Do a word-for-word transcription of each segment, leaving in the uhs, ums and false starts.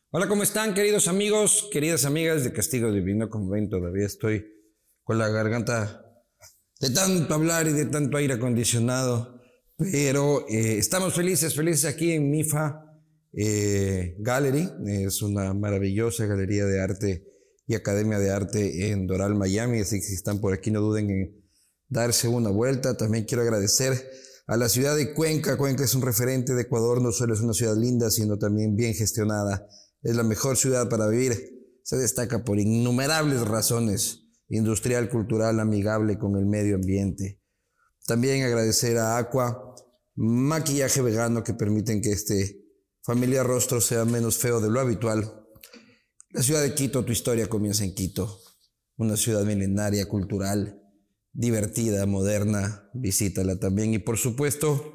Hola, ¿cómo están, queridos amigos, queridas amigas de Castigo Divino? Como ven, todavía estoy con la garganta de tanto hablar y de tanto aire acondicionado, pero eh, estamos felices, felices aquí en MIFA eh, Gallery. Es una maravillosa galería de arte y academia de arte en Doral, Miami, así que si están por aquí no duden en darse una vuelta. También quiero agradecer a la ciudad de Cuenca. Cuenca es un referente de Ecuador, no solo es una ciudad linda, sino también bien gestionada. Es la mejor ciudad para vivir. Se destaca por innumerables razones: industrial, cultural, amigable con el medio ambiente. También agradecer a Aqua, maquillaje vegano que permiten que este familiar rostro sea menos feo de lo habitual. La ciudad de Quito, tu historia comienza en Quito. Una ciudad milenaria, cultural, divertida, moderna. Visítala también. Y por supuesto,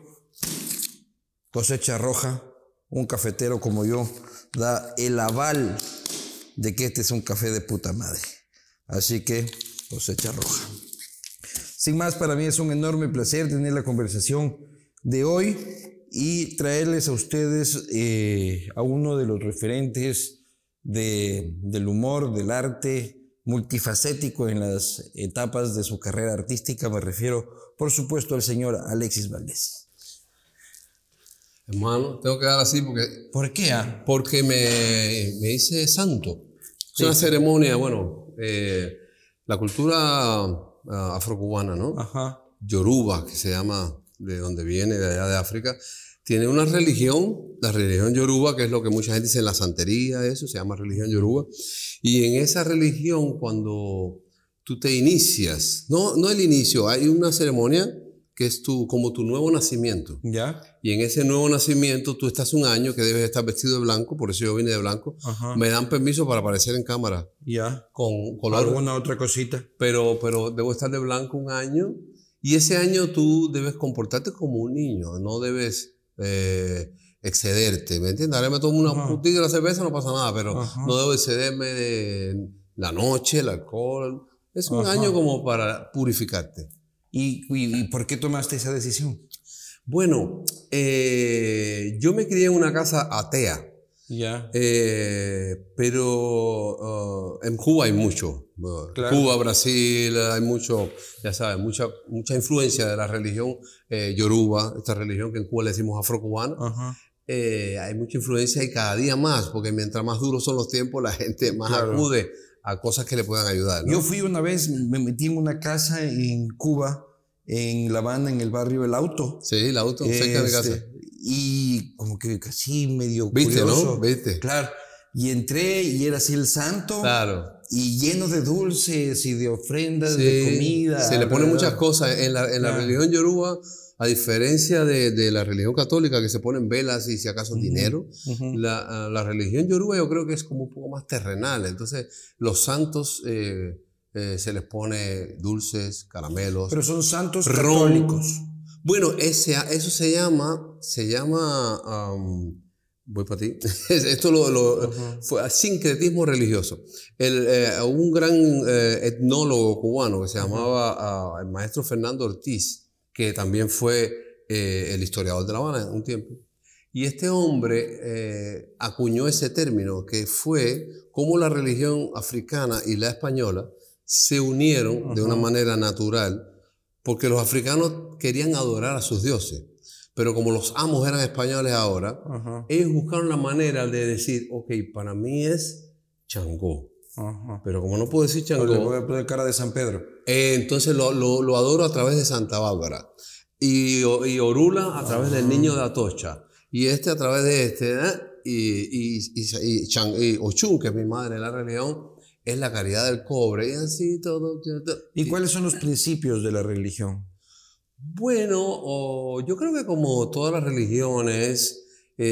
Cosecha Roja. Un cafetero como yo da el aval de que este es un café de puta madre. Así que, Cosecha Roja. Sin más, para mí es un enorme placer tener la conversación de hoy y traerles a ustedes eh, a uno de los referentes de, del humor, del arte multifacético en las etapas de su carrera artística. Me refiero, por supuesto, al señor Alexis Valdés. Hermano, tengo que dar así porque... ¿Por qué? Ah? Porque me, me hice santo. Es Sí. una ceremonia, bueno, eh, la cultura uh, afrocubana, ¿no? Ajá. Yoruba, que se llama, de donde viene, de allá de África, tiene una religión, la religión yoruba, que es lo que mucha gente dice en la santería, eso se llama religión yoruba. Y en esa religión, cuando tú te inicias, no, no el inicio, hay una ceremonia que es tu, como tu nuevo nacimiento. ¿Ya? Y en ese nuevo nacimiento tú estás un año que debes estar vestido de blanco, por eso yo vine de blanco. Ajá. Me dan permiso para aparecer en cámara. ¿Ya? Con color. ¿Alguna otra cosita? Pero, pero debo estar de blanco un año. Y ese año tú debes comportarte como un niño, no debes eh, excederte, ¿me entiendes? Ahora me tomo una Ajá. putita de la cerveza, no pasa nada, pero Ajá. no debo excederme de la noche, el alcohol. Es un Ajá. año como para purificarte. ¿Y, y, ¿Y por qué tomaste esa decisión? Bueno, eh, yo me crié en una casa atea. Ya. Eh, pero uh, en Cuba hay mucho. Claro. Cuba, Brasil, hay mucho, ya sabes, mucha, mucha influencia de la religión eh, yoruba, esta religión que en Cuba le decimos afrocubana. Ajá. Eh, hay mucha influencia y cada día más, porque mientras más duros son los tiempos, la gente más Claro. acude a cosas que le puedan ayudar, ¿no? Yo fui una vez, me metí en una casa en Cuba, en La Habana, en el barrio El Auto. Sí, el auto, cerca de mi casa. Y como que casi medio ¿Viste, curioso. no? ¿Viste? Claro. Y entré y era así el santo. Claro. Y lleno de dulces y de ofrendas, Sí, de comida. se le ponen ¿verdad? muchas cosas. En la, en la Claro. religión yoruba, a diferencia de, de la religión católica, que se ponen velas y si acaso Uh-huh. dinero, Uh-huh. la, la religión yoruba yo creo que es como un poco más terrenal. Entonces, los santos eh, eh, se les pone dulces, caramelos. Pero son santos ron. católicos. Bueno, ese, eso se llama, se llama, um, voy para ti, esto lo, lo Uh-huh. fue sincretismo religioso. El, eh, un gran eh, etnólogo cubano que se llamaba uh, el maestro Fernando Ortiz, que también fue eh, el historiador de La Habana en un tiempo. Y este hombre eh, acuñó ese término, que fue cómo la religión africana y la española se unieron uh-huh. de una manera natural, porque los africanos querían adorar a sus dioses, pero como los amos eran españoles ahora, uh-huh. ellos buscaron la manera de decir, ok, para mí es Changó, uh-huh. pero como no puedo decir Changó, le voy a poner cara de San Pedro. Eh, entonces lo, lo, lo adoro a través de Santa Bárbara, y, y Orula a través uh-huh. del niño de Atocha, y este a través de este, ¿eh? y, y, y, y, Chang, y Ochun, que es mi madre en la religión, es la caridad del cobre, y así todo, todo. ¿Y cuáles son los principios de la religión? Bueno, oh, yo creo que como todas las religiones,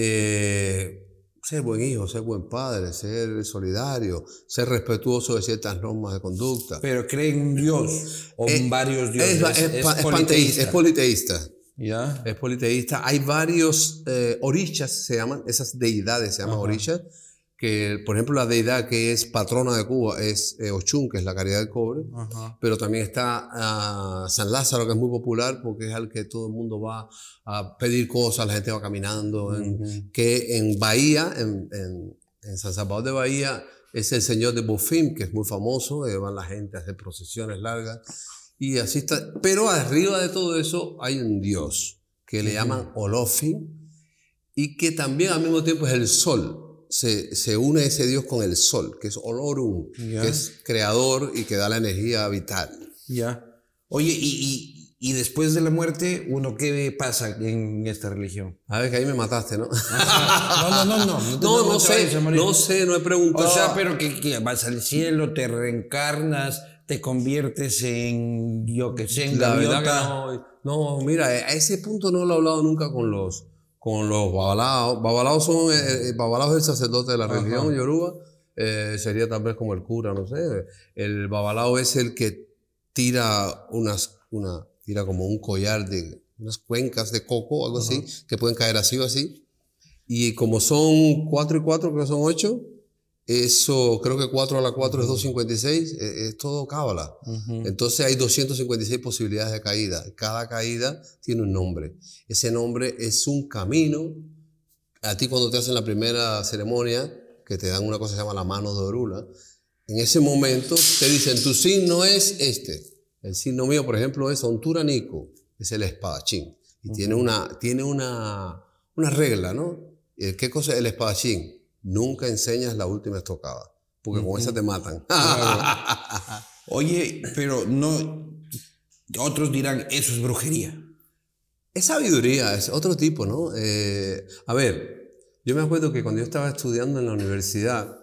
eh, ser buen hijo, ser buen padre, ser solidario, ser respetuoso de ciertas normas de conducta. ¿Pero creen en un Dios o en eh, varios dioses? Es, es, es, es politeísta. Es politeísta. ¿Ya? Es politeísta. Hay varios eh, orishas, se llaman, esas deidades se llaman Ajá. orishas, que por ejemplo la deidad que es patrona de Cuba es eh, Ochun, que es la caridad del cobre, Ajá. pero también está uh, San Lázaro, que es muy popular porque es al que todo el mundo va a pedir cosas, la gente va caminando, uh-huh. en, que en Bahía, en, en, En San Salvador de Bahía es el señor de Bofim, que es muy famoso, eh, van la gente a hacer procesiones largas, y así está. Pero arriba de todo eso hay un dios que le uh-huh. llaman Olofin, y que también al mismo tiempo es el sol. Se, se une ese dios con el sol, que es Olorum, yeah. que es creador y que da la energía vital. Ya. Yeah. Oye, y, y, y después de la muerte, ¿uno qué pasa en esta religión? A ver, que ahí me mataste, ¿no? No, no, no, no. No, no, no, no sé, no sé, no he preguntado. O sea, pero que, que vas al cielo, te reencarnas, te conviertes en, yo que sé, en la gaviota. Verdad que no, no, mira, a ese punto no lo he hablado nunca con los, con los babalaos. Babalaos son, eh, babalaos es el sacerdote de la Ajá. religión yoruba, eh, sería tal vez como el cura, no sé. El babalao es el que tira unas, una, tira como un collar de unas cuencas de coco o algo Ajá. así, que pueden caer así o así. Y como son cuatro y cuatro, creo que son ocho, eso, creo que cuatro a la cuatro uh-huh. es doscientos cincuenta y seis, es, es todo cábala. Uh-huh. Entonces hay doscientas cincuenta y seis posibilidades de caída. Cada caída tiene un nombre. Ese nombre es un camino. A ti cuando te hacen la primera ceremonia, que te dan una cosa que se llama la mano de Orula, en ese momento te dicen, tu signo es este. El signo mío, por ejemplo, es Onturanico, es el espadachín. Y uh-huh. tiene, una, tiene una, una regla, ¿no? ¿Qué cosa es el espadachín? Nunca enseñas la última estocada, porque uh-huh. con esa te matan. Claro. Oye, pero no... Otros dirán, eso es brujería. Es sabiduría, es otro tipo, ¿no? Eh, a ver, yo me acuerdo que cuando yo estaba estudiando en la universidad,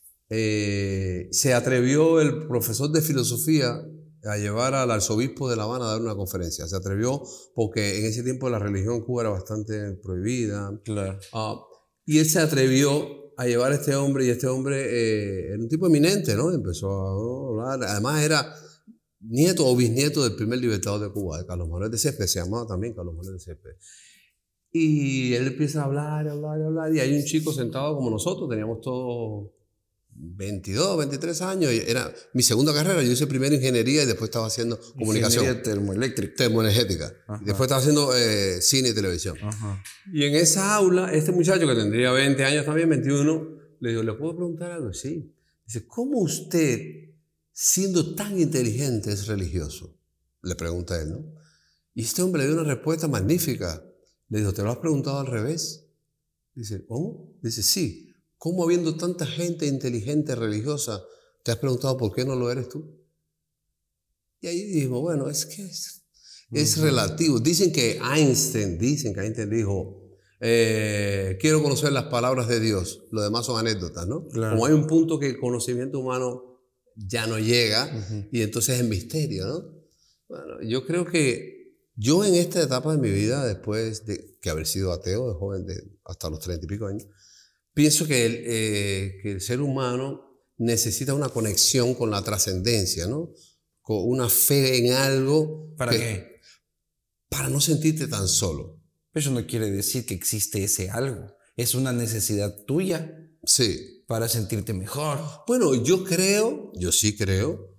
eh, se atrevió el profesor de filosofía a llevar al arzobispo de La Habana a dar una conferencia. Se atrevió porque en ese tiempo la religión en Cuba era bastante prohibida. Claro. Uh, y él se atrevió a llevar a este hombre, y este hombre eh, era un tipo eminente, ¿no? Empezó a hablar. Además era nieto o bisnieto del primer libertador de Cuba, de Carlos Manuel de Céspedes, se llamaba también Carlos Manuel de Céspedes. Y él empieza a hablar, a hablar, a hablar, y hay un chico sentado como nosotros, teníamos todos veintidós, veintitrés años, y era mi segunda carrera. Yo hice primero ingeniería y después estaba haciendo comunicación. Ingeniería termoeléctrica. Termoenergética. Y después estaba haciendo eh, cine y televisión. Ajá. Y en esa aula, este muchacho que tendría veinte años también, veintiuno, le digo, ¿le puedo preguntar algo? Sí. Dice, ¿cómo usted, siendo tan inteligente, es religioso? Le pregunta a él, ¿no? Y este hombre le dio una respuesta magnífica. Le dijo, ¿te lo has preguntado al revés? Dice, ¿cómo? Dice, sí. ¿Cómo habiendo tanta gente inteligente, religiosa, te has preguntado por qué no lo eres tú? Y ahí dijo, bueno, es que es, es uh-huh. relativo. Dicen que Einstein, dicen que Einstein dijo, eh, quiero conocer las palabras de Dios. Lo demás son anécdotas, ¿no? Claro. Como hay un punto que el conocimiento humano ya no llega, uh-huh. y entonces es misterio, ¿no? Bueno, yo creo que yo en esta etapa de mi vida, después de que haber sido ateo de joven, de, hasta los treinta y pico años, pienso que el, eh, que el ser humano necesita una conexión con la trascendencia, ¿no? Con una fe en algo. ¿Para que, qué? Para no sentirte tan solo. Eso no quiere decir que existe ese algo. Es una necesidad tuya. Sí. Para sentirte mejor. Bueno, yo creo, yo sí creo,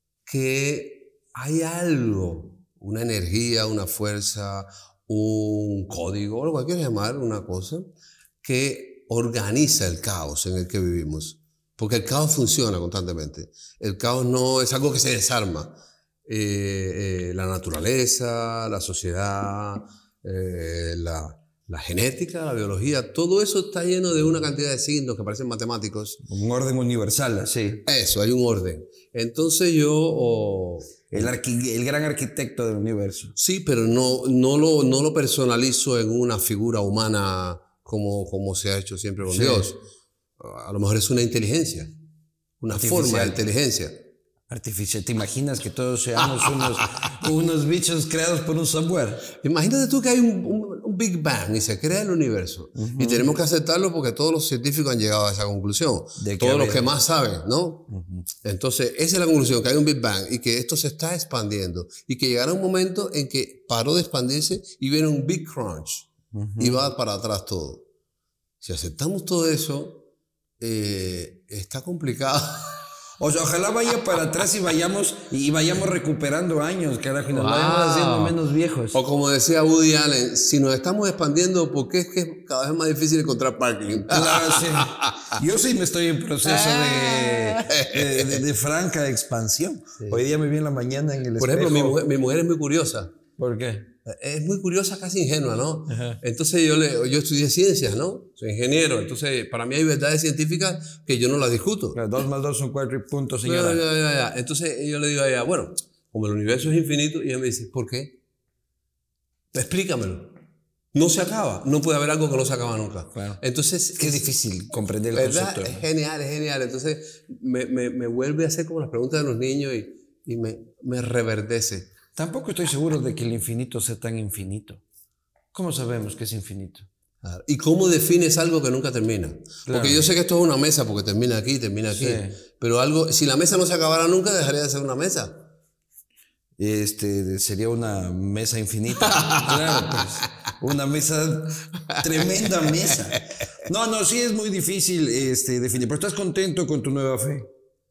que hay algo, una energía, una fuerza, un código, o cualquier llamar, una cosa, que organiza el caos en el que vivimos, porque el caos funciona constantemente. El caos no es algo que se desarma. Eh, eh, la naturaleza, la sociedad, eh, la, la genética, la biología, todo eso está lleno de una cantidad de signos que parecen matemáticos. Un orden universal, sí. Eso, hay un orden. Entonces yo... Oh, el, arqui, el gran arquitecto del universo. Sí, pero no, no, lo, no lo personalizo en una figura humana como, como se ha hecho siempre con sí. Dios. A lo mejor es una inteligencia, una forma de inteligencia. Artificial. ¿Te imaginas que todos seamos unos, unos bichos creados por un software? Imagínate tú que hay un, un, un Big Bang y se crea el universo. Uh-huh. Y tenemos que aceptarlo porque todos los científicos han llegado a esa conclusión. Todos los que más saben, ¿no? Uh-huh. Entonces, esa es la conclusión, que hay un Big Bang y que esto se está expandiendo. Y que llegará un momento en que paró de expandirse y viene un Big Crunch. Uh-huh. Y va para atrás todo. Si aceptamos todo eso, eh, está complicado. O sea, ojalá vaya para atrás y vayamos y vayamos recuperando años, carajo, y nos Wow. vayamos haciendo menos viejos. O como decía Woody Allen, si nos estamos expandiendo, ¿por qué es que es cada vez más difícil encontrar parking? Claro, sí. Yo sí me estoy en proceso de, de, de, de franca expansión. Sí. Hoy día me vi en la mañana en el Por espejo. ejemplo, mi mujer, mi mujer es muy curiosa. ¿Por qué? Es muy curiosa, casi ingenua, ¿no? Ajá. Entonces yo, le, yo estudié ciencias, ¿no? Soy ingeniero. Entonces, para mí hay verdades científicas que yo no las discuto. Claro, dos más dos son cuatro y punto, señora. Ya, ya, ya, ya. Entonces yo le digo a ella, bueno, como el universo es infinito, y ella me dice, ¿por qué? Explícamelo. No se acaba. No puede haber algo que no se acaba nunca. Claro. Entonces, es que es difícil comprender el ¿verdad? concepto. Es genial, es genial. Entonces me, me, me vuelve a hacer como las preguntas de los niños y, y me, me reverdece. Tampoco estoy seguro de que el infinito sea tan infinito. ¿Cómo sabemos que es infinito? Claro. ¿Y cómo defines algo que nunca termina? Claro. Porque yo sé que esto es una mesa porque termina aquí, termina aquí. Sí. Pero algo, si la mesa no se acabara nunca, dejaría de ser una mesa. Este, sería una mesa infinita. Claro, pues, una mesa, tremenda mesa. No, no, sí es muy difícil este, definir. Pero ¿estás contento con tu nueva fe?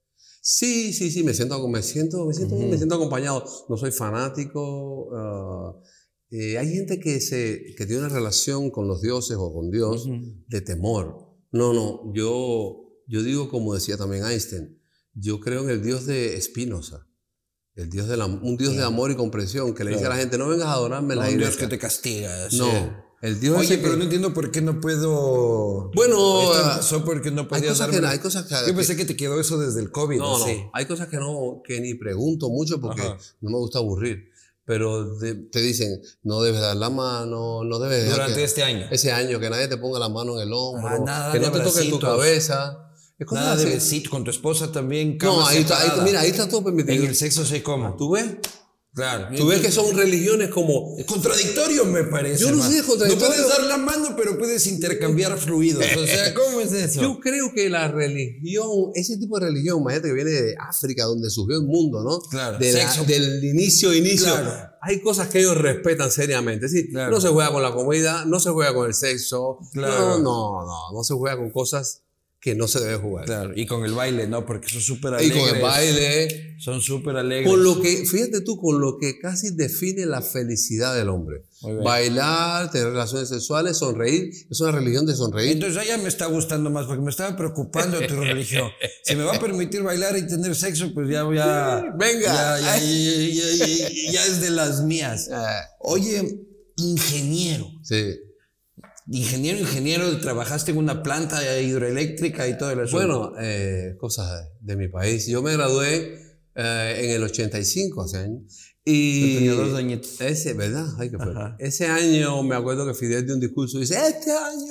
Sí, sí, sí, me siento, me siento, me siento, uh-huh. me siento acompañado. No soy fanático. Uh, eh, hay gente que, se, que tiene una relación con los dioses o con Dios uh-huh. de temor. No, no, yo, yo digo como decía también Einstein, yo creo en el Dios de Spinoza. El Dios de la, un Dios sí. de amor y comprensión que le dice claro. a la gente, no vengas a adorarme en no, la iglesia. Un Dios que te castiga. No, sí. el Dios Oye, es pero que... no entiendo por qué no puedo... Bueno, esto empezó porque no podía hay cosas darme... que, hay cosas que... Yo pensé que te quedó eso desde el COVID. No, no, sí. hay cosas que, no, que ni pregunto mucho porque Ajá. no me gusta aburrir. Pero de, te dicen, no debes dar la mano, no debes... Durante que, este año. Ese año, que nadie te ponga la mano en el hombro, ah, nada que no te toque en tu cabeza... Nada de besito, con tu esposa también. No, ahí está, ahí, mira, ahí está todo permitido. En el sexo sé cómo. ¿Tú ves? Claro. Tú ves que son religiones como... Es contradictorio, me parece. Yo no sé, es contradictorio. No puedes dar la mano, pero puedes intercambiar fluidos. O sea, ¿cómo es eso? Yo creo que la religión, ese tipo de religión, imagínate que viene de África, donde surgió el mundo, ¿no? Claro. De la, del inicio, inicio. Claro. Hay cosas que ellos respetan seriamente. Es decir, claro. no se juega con la comida, no se juega con el sexo. Claro. No, no, no. No se juega con cosas que no se debe jugar. Claro, y con el baile, ¿no? Porque son súper alegres. Y con el baile. Son súper alegres. Con lo que, fíjate tú, con lo que casi define la felicidad del hombre. Bailar, tener relaciones sexuales, sonreír. Es una religión de sonreír. Entonces ya me está gustando más porque me estaba preocupando tu religión. Si me va a permitir bailar y tener sexo, pues ya, ya, sí, venga. Ya, ya, ya, ya, ya, ya es de las mías. Oye, ingeniero. Sí. Ingeniero, ingeniero, trabajaste en una planta hidroeléctrica y todo eso. Bueno, eh, cosas de mi país. Yo me gradué eh, en el ochenta y cinco, hace años. Y yo tenía dos añitos. Ese, ¿verdad? Ay, qué fue. Ese año me acuerdo que Fidel dio un discurso y dice, este año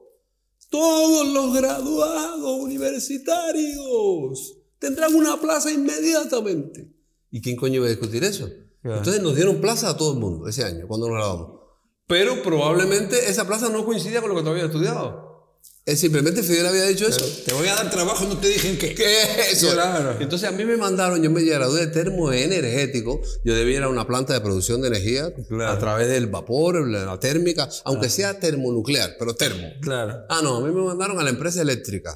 todos los graduados universitarios tendrán una plaza inmediatamente. ¿Y quién coño iba a discutir eso? Claro. Entonces nos dieron plaza a todo el mundo ese año, cuando nos graduamos. Pero probablemente esa plaza no coincidía con lo que tú habías estudiado. Es simplemente Fidel había dicho eso. Pero te voy a dar trabajo, no te dije que... ¿Qué es eso? Claro. Entonces a mí me mandaron, yo me gradué de termoenergético, yo debía ir a una planta de producción de energía claro. a través del vapor, la térmica, aunque claro. sea termonuclear, pero termo. Claro. Ah, no, a mí me mandaron a la empresa eléctrica.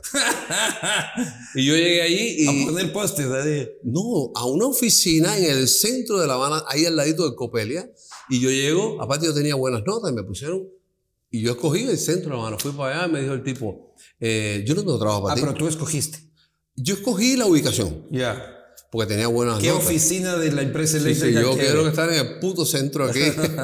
Y yo llegué ahí y... A poner postes ahí. No, a una oficina en el centro de La Habana, ahí al ladito del Copelia, y yo llego, aparte yo tenía buenas notas y me pusieron... Y yo escogí el centro, hermano. Fui para allá y me dijo el tipo, eh, yo no tengo trabajo para ah, ti. Ah, pero tú escogiste. Yo escogí la ubicación. Ya. Yeah. Porque tenía buenas ¿Qué notas. ¿Qué oficina de la empresa eléctrica? Sí, sí, yo quiere? quiero que estar en el puto centro aquí.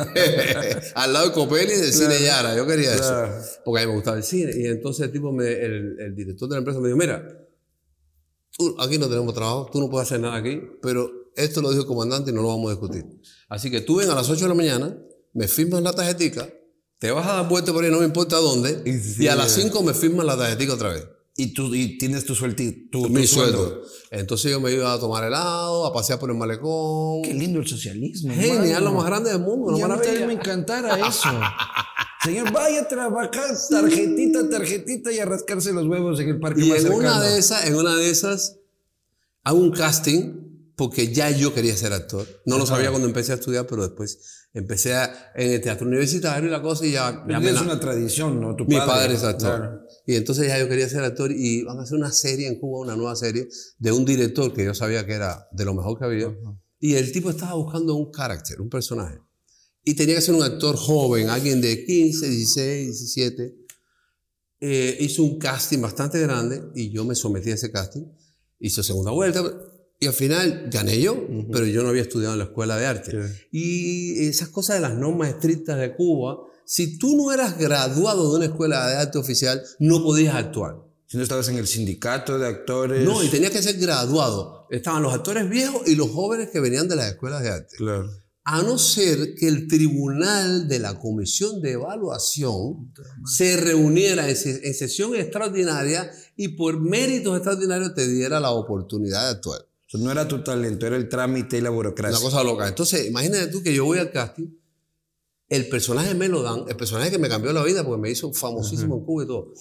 Al lado de Copelia y del claro. Cine Yara. Yo quería claro. eso. Porque a mí me gustaba el cine. Y entonces el tipo, me, el, el director de la empresa me dijo, mira, tú, aquí no tenemos trabajo, tú no puedes hacer nada aquí, pero esto lo dijo el comandante y no lo vamos a discutir. Así que tú ven a las ocho de la mañana, me firmas la tarjetica, te vas a dar vuelta por ahí, no me importa dónde, sí, y a las cinco me firman la tarjetita otra vez. Y tú y tienes tu sueldo. Tu, Mi tu sueldo. sueldo. Entonces yo me iba a tomar helado, a pasear por el malecón. Qué lindo el socialismo. Genial, hermano. Lo más grande del mundo. Y a mí también me encantara eso. Señor, vaya a trabajar, tarjetita, tarjetita y a rascarse los huevos en el parque y más en cercano. Una de esas, en una de esas, hago un casting porque ya yo quería ser actor. No lo sabía cuando empecé a estudiar, pero después empecé a, en el teatro universitario y la cosa y ya... ya es una tradición, ¿no? Tu mi padre, padre es actor. Claro. Y entonces ya yo quería ser actor y van a hacer una serie en Cuba, una nueva serie de un director que yo sabía que era de lo mejor que había. Uh-huh. Y el tipo estaba buscando un carácter, un personaje. Y tenía que ser un actor joven, alguien de quince, dieciséis, diecisiete. Eh, hizo un casting bastante grande y yo me sometí a ese casting. Hizo segunda vuelta y al final gané yo, uh-huh. pero yo no había estudiado en la escuela de arte. Sí. Y esas cosas de las normas estrictas de Cuba, si tú no eras graduado de una escuela de arte oficial, no podías actuar. Si no estabas en el sindicato de actores... No, y tenías que ser graduado. Estaban los actores viejos y los jóvenes que venían de las escuelas de arte. Claro. A no ser que el tribunal de la comisión de evaluación se reuniera en, se en sesión extraordinaria y por méritos extraordinarios te diera la oportunidad de actuar. O sea, no era tu talento, era el trámite y la burocracia. Una cosa loca. Entonces, imagínate tú que yo voy al casting, el personaje me lo dan, el personaje que me cambió la vida porque me hizo famosísimo uh-huh. en Cuba y todo.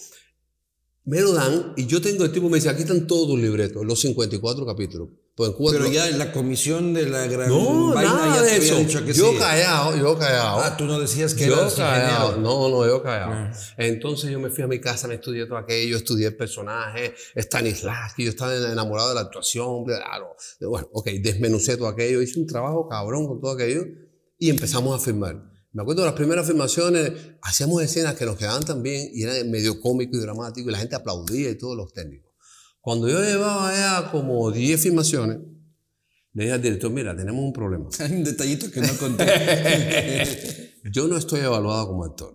Me lo dan y yo tengo el tipo me dice, aquí están todos tus libretos, los cincuenta y cuatro capítulos. Pues en Cuba pero no, ya en la comisión de la gran no, vaina nada ya de te eso. había dicho que yo sí. callado, yo callado. Ah, tú no decías que yo eras callado. ingeniero. No, no, yo callado. Ah. Entonces yo me fui a mi casa, me estudié todo aquello, estudié el personaje, Stanislavski, yo estaba enamorado de la actuación, claro. Bueno, ok, desmenucé todo aquello, hice un trabajo cabrón con todo aquello y empezamos a filmar. Me acuerdo de las primeras filmaciones, hacíamos escenas que nos quedaban tan bien y era medio cómico y dramático y la gente aplaudía y todos los técnicos. Cuando yo llevaba ya como diez filmaciones, le dije al director, mira, tenemos un problema. Hay un detallito que no conté. Yo no estoy evaluado como actor.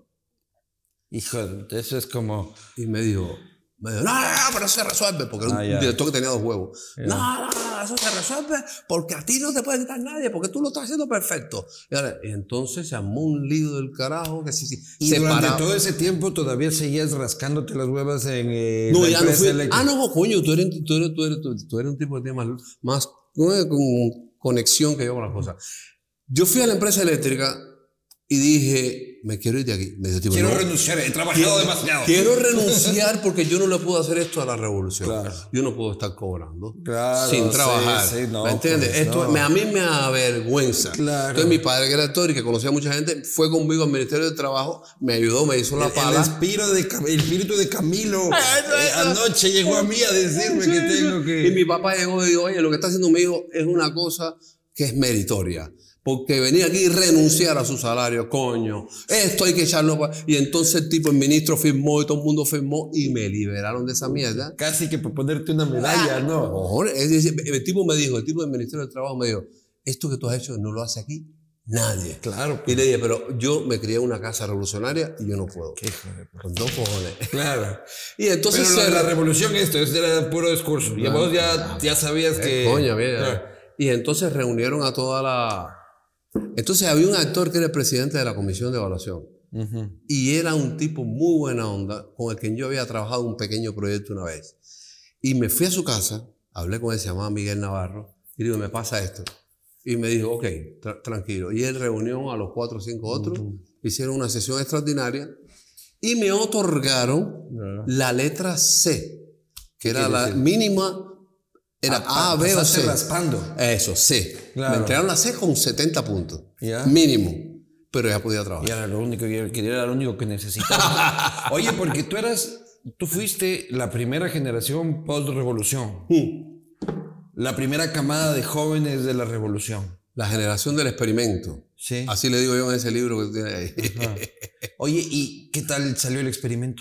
Hijo, eso es como... Y me dijo, me dijo, no, no, no, pero eso se resuelve, porque era un, ah, un director que tenía dos huevos. Yeah. No, no, no, eso se resuelve porque a ti no te puede quitar nadie, porque tú lo estás haciendo perfecto. Y, ahora, y entonces se armó un lío del carajo que sí, sí. Y durante paraba. Todo ese tiempo todavía seguías rascándote las huevas en eh, no, la ya no fui. eléctrica. Ah, no, coño, tú eres, tú eres, tú eres, tú eres, tú eres un tipo que tiene más, más con conexión que yo con las cosas. Yo fui a la empresa eléctrica y dije, me quiero ir de aquí. Me dijo, tipo, quiero no, renunciar, he trabajado quiero, demasiado. Quiero renunciar porque yo no le puedo hacer esto a la revolución. Claro. Yo no puedo estar cobrando claro, sin trabajar. Sí, sí, no, ¿me entiendes? Pues, esto no. me, a mí me avergüenza. Claro. Entonces mi padre, que era actor y que conocía a mucha gente, fue conmigo al Ministerio de Trabajo, me ayudó, me hizo la el, pala. El espíritu de, el espíritu de Camilo eh, anoche llegó a mí a decirme sí, que tengo que... Y mi papá llegó y dijo, oye, lo que está haciendo mi hijo es una cosa que es meritoria. Porque venía aquí y renunciar a su salario, coño. Esto hay que echarlo para... Y entonces el tipo, el ministro firmó y todo el mundo firmó y me liberaron de esa mierda. Casi que por ponerte una medalla, ¿no? Ojo, es decir, el tipo me dijo, el tipo del Ministerio del Trabajo me dijo, esto que tú has hecho no lo hace aquí nadie. Claro. Pues. Y le dije, pero yo me crié en una casa revolucionaria y yo no puedo. Qué joder. Con dos cojones. Claro. Y entonces... Pero se... la, la revolución esto, esto era puro discurso. Claro. Y vos ya, ya sabías que... Coño, mira. Claro. Y entonces reunieron a toda la... Entonces había un actor que era el presidente de la comisión de evaluación. Uh-huh. Y era un tipo muy buena onda con el que yo había trabajado un pequeño proyecto una vez. Y me fui a su casa, hablé con él, se llamaba Miguel Navarro, y digo, me pasa esto. Y me dijo, ok, tra tranquilo. Y él reunió a los cuatro o cinco otros, uh-huh. hicieron una sesión extraordinaria y me otorgaron uh-huh. la letra C, que era la decir? mínima. Era A, A B o C. Raspando. Eso, C. Claro. Me entregaron la C con setenta puntos. ¿Ya? Mínimo. Pero ya podía trabajar. Y era lo único que, era lo único que necesitaba. Oye, porque tú eras... Tú fuiste la primera generación post-revolución. Hmm. La primera camada de jóvenes de la revolución. La generación del experimento. Sí. Así le digo yo en ese libro que tiene ahí. Oye, ¿y qué tal salió el experimento?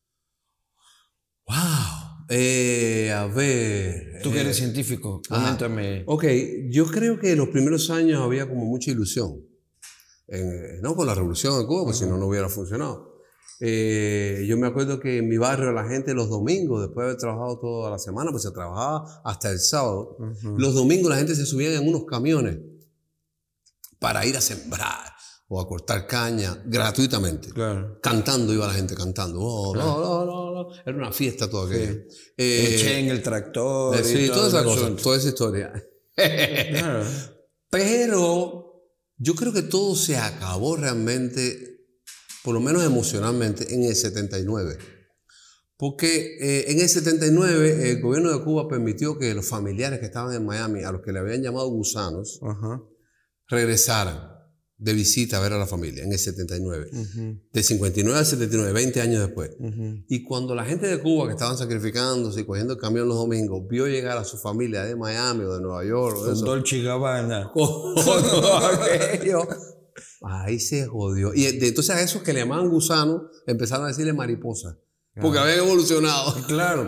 ¡Wow! Eh, a ver... Tú que eres eh, científico, coméntame. Ah, ok, yo creo que en los primeros años había como mucha ilusión. En, no con la revolución en Cuba, pues uh-huh. si no, no hubiera funcionado. Eh, yo me acuerdo que en mi barrio la gente los domingos, después de haber trabajado toda la semana, pues se trabajaba hasta el sábado. Uh-huh. Los domingos la gente se subía en unos camiones para ir a sembrar o a cortar caña gratuitamente. Claro. Cantando iba la gente cantando. Oh, claro. no, no, no, no. Era una fiesta todo aquello. Sí. Eh, el Che en el tractor. Eh, sí, toda esa cosa, toda esa historia. Claro. Pero yo creo que todo se acabó realmente, por lo menos emocionalmente, en el setenta y nueve. Porque eh, en el setenta y nueve el gobierno de Cuba permitió que los familiares que estaban en Miami, a los que le habían llamado gusanos, Ajá. regresaran de visita a ver a la familia en el setenta y nueve. Uh-huh. De cincuenta y nueve al setenta y nueve, veinte años después. Uh-huh. Y cuando la gente de Cuba que estaban sacrificándose y cogiendo el camión los domingos, vio llegar a su familia de Miami o de Nueva York, o de Con eso, Dolce y Gabbana. con todo aquello, ahí se jodió. Y de- entonces a esos que le llamaban gusanos, empezaron a decirle mariposa. Porque habían evolucionado. Claro,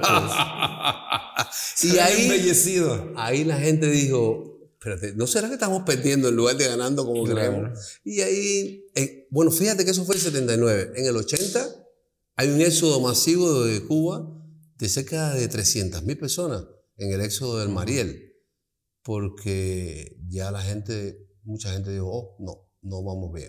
pues. Y Se habían ahí, embellecido. ahí la gente dijo, espérate, ¿no será que estamos perdiendo en lugar de ganando como Claro. creemos? Y ahí, eh, bueno, fíjate que eso fue el setenta y nueve. En el ochenta hay un éxodo masivo de Cuba de cerca de trescientas mil personas en el éxodo del Mariel. Porque ya la gente, mucha gente dijo, oh, no, no vamos bien.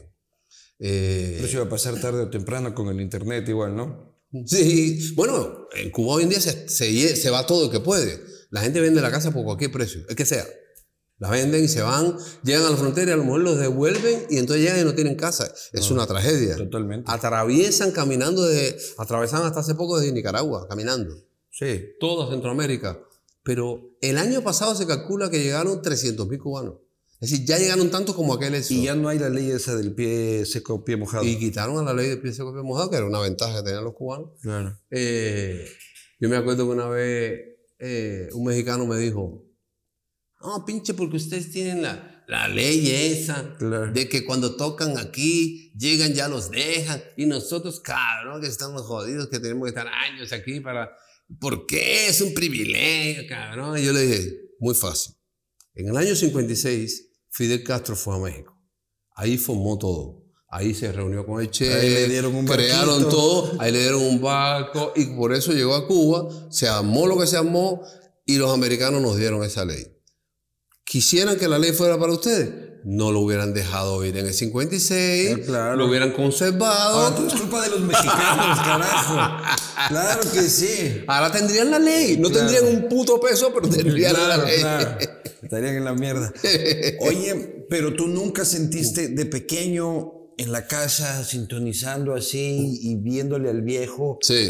Eh, Pero eso iba a pasar tarde o temprano con el internet igual, ¿no? Sí, bueno, en Cuba hoy en día se, se, se va todo el que puede. La gente vende la casa por cualquier precio, el que sea. La venden y se van, llegan a la frontera y a lo mejor los devuelven y entonces llegan y no tienen casa. Es No, una tragedia. Totalmente. Atraviesan caminando, de, atravesaban hasta hace poco desde Nicaragua, caminando. Sí. Toda Centroamérica. Pero el año pasado se calcula que llegaron trescientos mil cubanos. Es decir, ya llegaron tantos como aquel éxodo. Y ya no hay la ley esa del pie seco, pie mojado. Y quitaron a la ley de pie seco, pie mojado, que era una ventaja que tenían los cubanos. Claro. Eh, yo me acuerdo que una vez eh, un mexicano me dijo, no, pinche, porque ustedes tienen la, la ley esa Claro. de que cuando tocan aquí, llegan, ya los dejan, y nosotros, cabrón, que estamos jodidos, que tenemos que estar años aquí para... ¿Por qué? Es un privilegio, cabrón. Y yo le dije, muy fácil. En el año cincuenta y seis, Fidel Castro fue a México. Ahí formó todo. Ahí se reunió con el Che, Ahí le dieron un crearon barquito. todo, ahí le dieron un barco y por eso llegó a Cuba, se armó lo que se armó y los americanos nos dieron esa ley. ¿Quisieran que la ley fuera para ustedes? No lo hubieran dejado ir en el cincuenta y seis, Eh, claro. lo hubieran conservado. Ahora todo es culpa de los mexicanos, carajo. Claro que sí. Ahora tendrían la ley, no Claro. tendrían un puto peso, pero tendrían Claro, la ley. claro. Estarían en la mierda. Oye, pero tú nunca sentiste de pequeño en la casa sintonizando así y viéndole al viejo. Sí.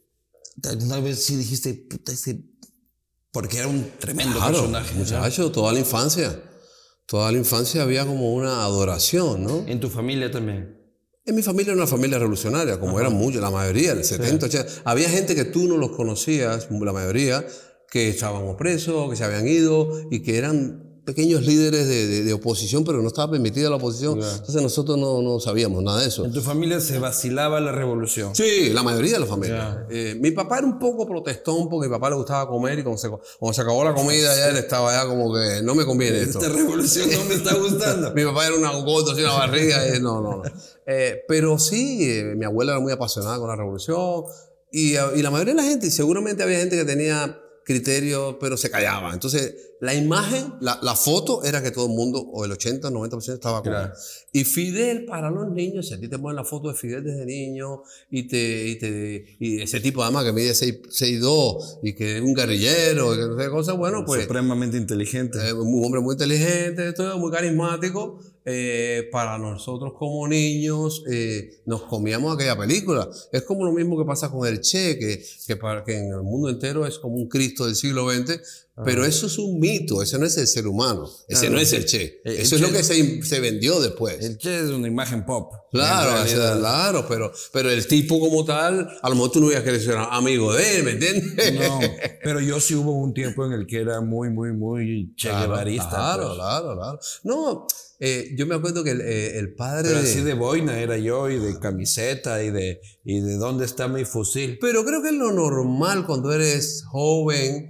Alguna vez sí dijiste, puta, ese. Porque era un tremendo Claro, personaje. ¿no? muchacho, toda la infancia. Toda la infancia había como una adoración, ¿no? En tu familia también. En mi familia era una familia revolucionaria, como eran muchos, la mayoría, el setenta, ochenta. Había gente que tú no los conocías, la mayoría, que estaban presos, que se habían ido y que eran pequeños líderes de, de, de oposición, pero no estaba permitida la oposición. Claro. Entonces nosotros no, no sabíamos nada de eso. En tu familia se vacilaba la revolución. Sí, la mayoría de la familia. Ya. Eh, mi papá era un poco protestón porque a mi papá le gustaba comer y cuando se, cuando se acabó la comida ya él estaba ya como que no me conviene esto. Esta revolución no me está gustando. Mi papá era una gordo, así una barriga. Y no, no, no. Eh, pero sí, eh, mi abuela era muy apasionada con la revolución y, y la mayoría de la gente, y seguramente había gente que tenía criterio, pero se callaba. Entonces, la imagen, la, la foto era que todo el mundo, o el ochenta, noventa por ciento estaba con Claro. él. Y Fidel para los niños, si a ti te ponen la foto de Fidel desde niño y, te, y, te, y ese tipo además que mide seis dos y que es un guerrillero y que no sé qué cosa, bueno, pues... Supremamente inteligente. Eh, un hombre muy inteligente, todo, muy carismático. Eh, para nosotros como niños eh, nos comíamos aquella película. Es como lo mismo que pasa con el Che, que, que, para, que en el mundo entero es como un Cristo del siglo veinte, ah. pero eso es un mito, ese no es el ser humano, ese claro, no es el Che. El eso che, es lo que se, se vendió después. El Che es una imagen pop. Claro, claro, pero, pero el tipo como tal, a lo mejor tú no ibas a querer ser amigo de él, ¿me entiendes? No, pero yo sí hubo un tiempo en el que era muy, muy, muy Che Guevarista. Claro, pues. claro, claro. No, eh, yo me acuerdo que el, eh, el padre... Pero de... así de boina era yo, y de camiseta, y de, y de dónde está mi fusil. Pero creo que es lo normal cuando eres joven.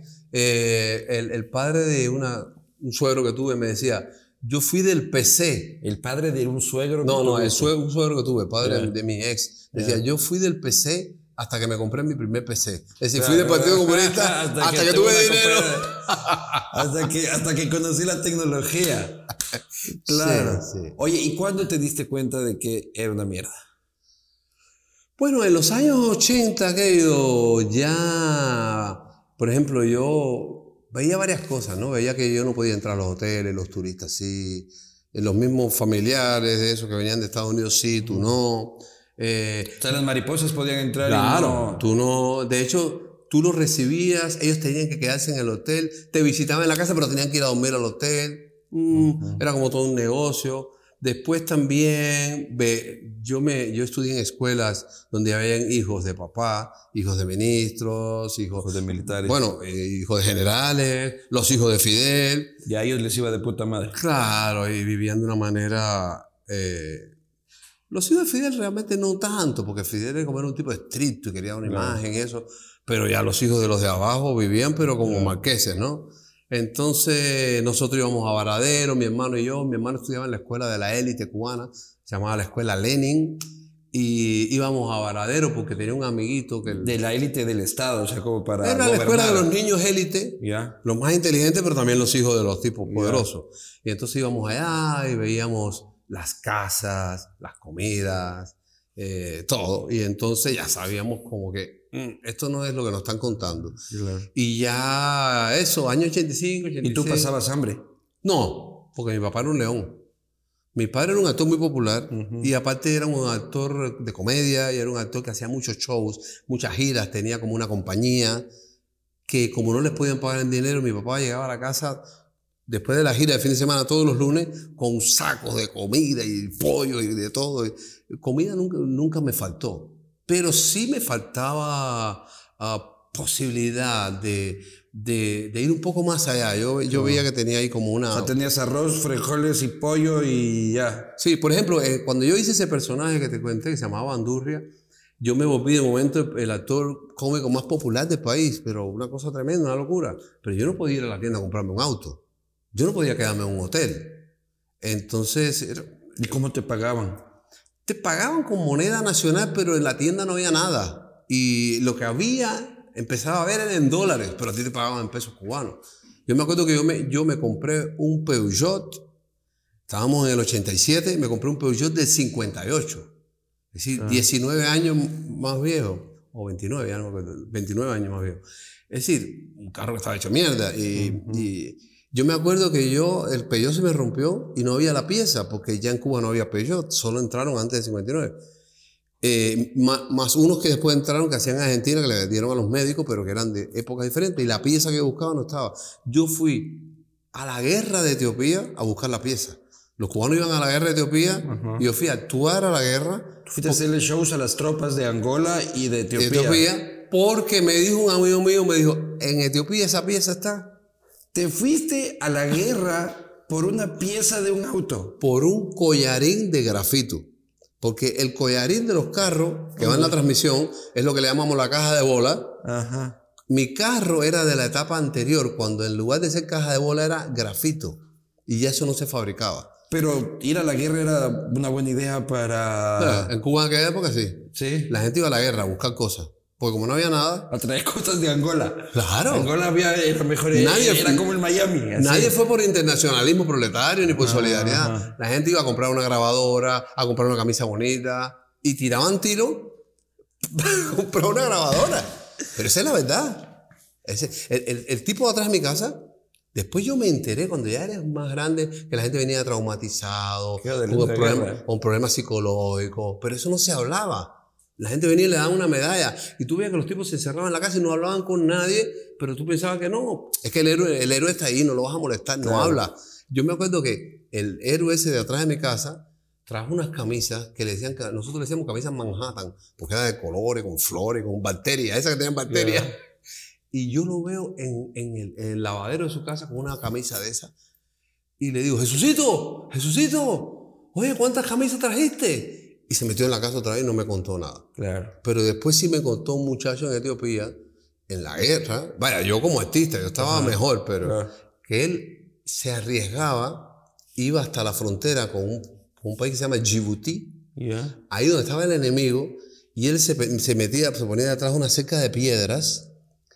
Eh, el, el padre de una, un suegro que tuve me decía, yo fui del P C. El padre de un suegro. No, no, el suegro, un suegro que tuve, padre yeah. de mi ex. Decía, yeah. yo fui del P C hasta que me compré mi primer P C. Es decir, yeah, fui del Partido Comunista hasta, hasta que, que tuve dinero. hasta, que, hasta que conocí la tecnología. Claro. Sí, sí. Oye, ¿y cuándo te diste cuenta de que era una mierda? Bueno, en los años ochenta, aquello, ya, por ejemplo, yo veía varias cosas, ¿no? Veía que yo no podía entrar a los hoteles, los turistas sí, los mismos familiares de esos que venían de Estados Unidos sí, tú no. Eh, o sea, las mariposas podían entrar claro, y no... tú no... De hecho, tú los recibías, ellos tenían que quedarse en el hotel, te visitaban en la casa, pero tenían que ir a dormir al hotel. Mm, uh-huh. Era como todo un negocio. Después también, ve, yo, me, yo estudié en escuelas donde habían hijos de papá, hijos de ministros, hijos, hijos de militares. Bueno, eh, hijos de generales, los hijos de Fidel. Y a ellos les iba de puta madre. Claro, y vivían de una manera... Eh, los hijos de Fidel realmente no tanto, porque Fidel era como era un tipo estricto y quería una claro. imagen y eso, pero ya los hijos de los de abajo vivían, pero como claro. marqueses, ¿no? Entonces nosotros íbamos a Varadero, mi hermano y yo. Mi hermano estudiaba en la escuela de la élite cubana, se llamaba la escuela Lenin, y íbamos a Varadero porque tenía un amiguito que... El, de la élite del Estado, o sea, como para era gobernar. La escuela de los niños élite, yeah. los más inteligentes, pero también los hijos de los tipos poderosos. Yeah. Y entonces íbamos allá y veíamos las casas, las comidas, eh, todo. Y entonces ya sabíamos como que mm, esto no es lo que nos están contando. Claro. Y ya eso, año ochenta y cinco, ochenta y seis. ¿Y tú pasabas hambre? No, porque mi papá era un león. Mi padre era un actor muy popular uh-huh. y aparte era un actor de comedia y era un actor que hacía muchos shows, muchas giras, tenía como una compañía que como no les podían pagar en dinero, mi papá llegaba a la casa después de la gira de fin de semana todos los lunes con sacos de comida y pollo y de todo. Comida nunca, nunca me faltó, pero sí me faltaba uh, posibilidad de... De, de ir un poco más allá. Yo, yo no. veía que tenía ahí como una... O sea, tenías arroz, frijoles y pollo y ya. Sí, por ejemplo, eh, cuando yo hice ese personaje que te conté, que se llamaba Andurria, yo me volví de momento el actor cómico más popular del país, pero una cosa tremenda, una locura. Pero yo no podía ir a la tienda a comprarme un auto. Yo no podía quedarme en un hotel. Entonces... Era, ¿y cómo te pagaban? Te pagaban con moneda nacional, pero en la tienda no había nada. Y lo que había... empezaba a ver en dólares, pero a ti te pagaban en pesos cubanos. Yo me acuerdo que yo me, yo me compré un Peugeot, estábamos en el ochenta y siete, me compré un Peugeot del cincuenta y ocho, es decir, ah. diecinueve años más viejo, o veintinueve, ya no me acuerdo, veintinueve años más viejo. Es decir, un carro que estaba hecho mierda. Y, uh-huh. y yo me acuerdo que yo, el Peugeot se me rompió y no había la pieza, porque ya en Cuba no había Peugeot, solo entraron antes del cincuenta y nueve. Eh, más, más unos que después entraron que hacían en Argentina, que le dieron a los médicos, pero que eran de épocas diferentes, y la pieza que buscaba no estaba. Yo fui a la guerra de Etiopía a buscar la pieza. Los cubanos iban a la guerra de Etiopía uh-huh. y yo fui a actuar a la guerra. Tú fuiste a hacerle shows a las tropas de Angola y de Etiopía. De Etiopía, porque me dijo un amigo mío, me dijo, en Etiopía esa pieza está. Te fuiste a la guerra por una pieza de un auto. Por un collarín de grafito. Porque el collarín de los carros que va en la transmisión es lo que le llamamos la caja de bola. Ajá. Mi carro era de la etapa anterior, cuando en lugar de ser caja de bola era grafito. Y ya eso no se fabricaba. Pero ir a la guerra era una buena idea para... En Cuba en aquella época sí. Sí. La gente iba a la guerra a buscar cosas. Porque como no había nada... A traer cosas de Angola. Claro. Angola había, era mejor, nadie, era como el Miami. Así. Nadie fue por internacionalismo proletario ni por ah, solidaridad. Ajá. La gente iba a comprar una grabadora, a comprar una camisa bonita y tiraban tiro para comprar una grabadora. Pero esa es la verdad. Ese, el, el, el tipo de atrás de mi casa, después yo me enteré cuando ya eres más grande que la gente venía traumatizado, con problemas problema psicológicos, pero eso no se hablaba. La gente venía y le daban una medalla. Y tú veías que los tipos se encerraban en la casa y no hablaban con nadie, pero tú pensabas que no. Es que el héroe, el héroe está ahí, no lo vas a molestar, no claro. habla. Yo me acuerdo que el héroe ese de atrás de mi casa trajo unas camisas que le decían, nosotros le decíamos camisas Manhattan, porque era de colores, con flores, con bacterias, esas que tenían bacterias. Yeah. Y yo lo veo en, en, el, en el lavadero de su casa con una camisa de esas. Y le digo, Jesucito, Jesucito, oye, ¿cuántas camisas trajiste? Y se metió en la casa otra vez y no me contó nada. Claro. Pero después sí me contó un muchacho en Etiopía, en la guerra, vaya, yo como artista, yo estaba Ajá. mejor, pero claro. que él se arriesgaba, iba hasta la frontera con un, con un país que se llama Djibouti, yeah. ahí donde estaba el enemigo, y él se, se metía, se ponía detrás de una cerca de piedras,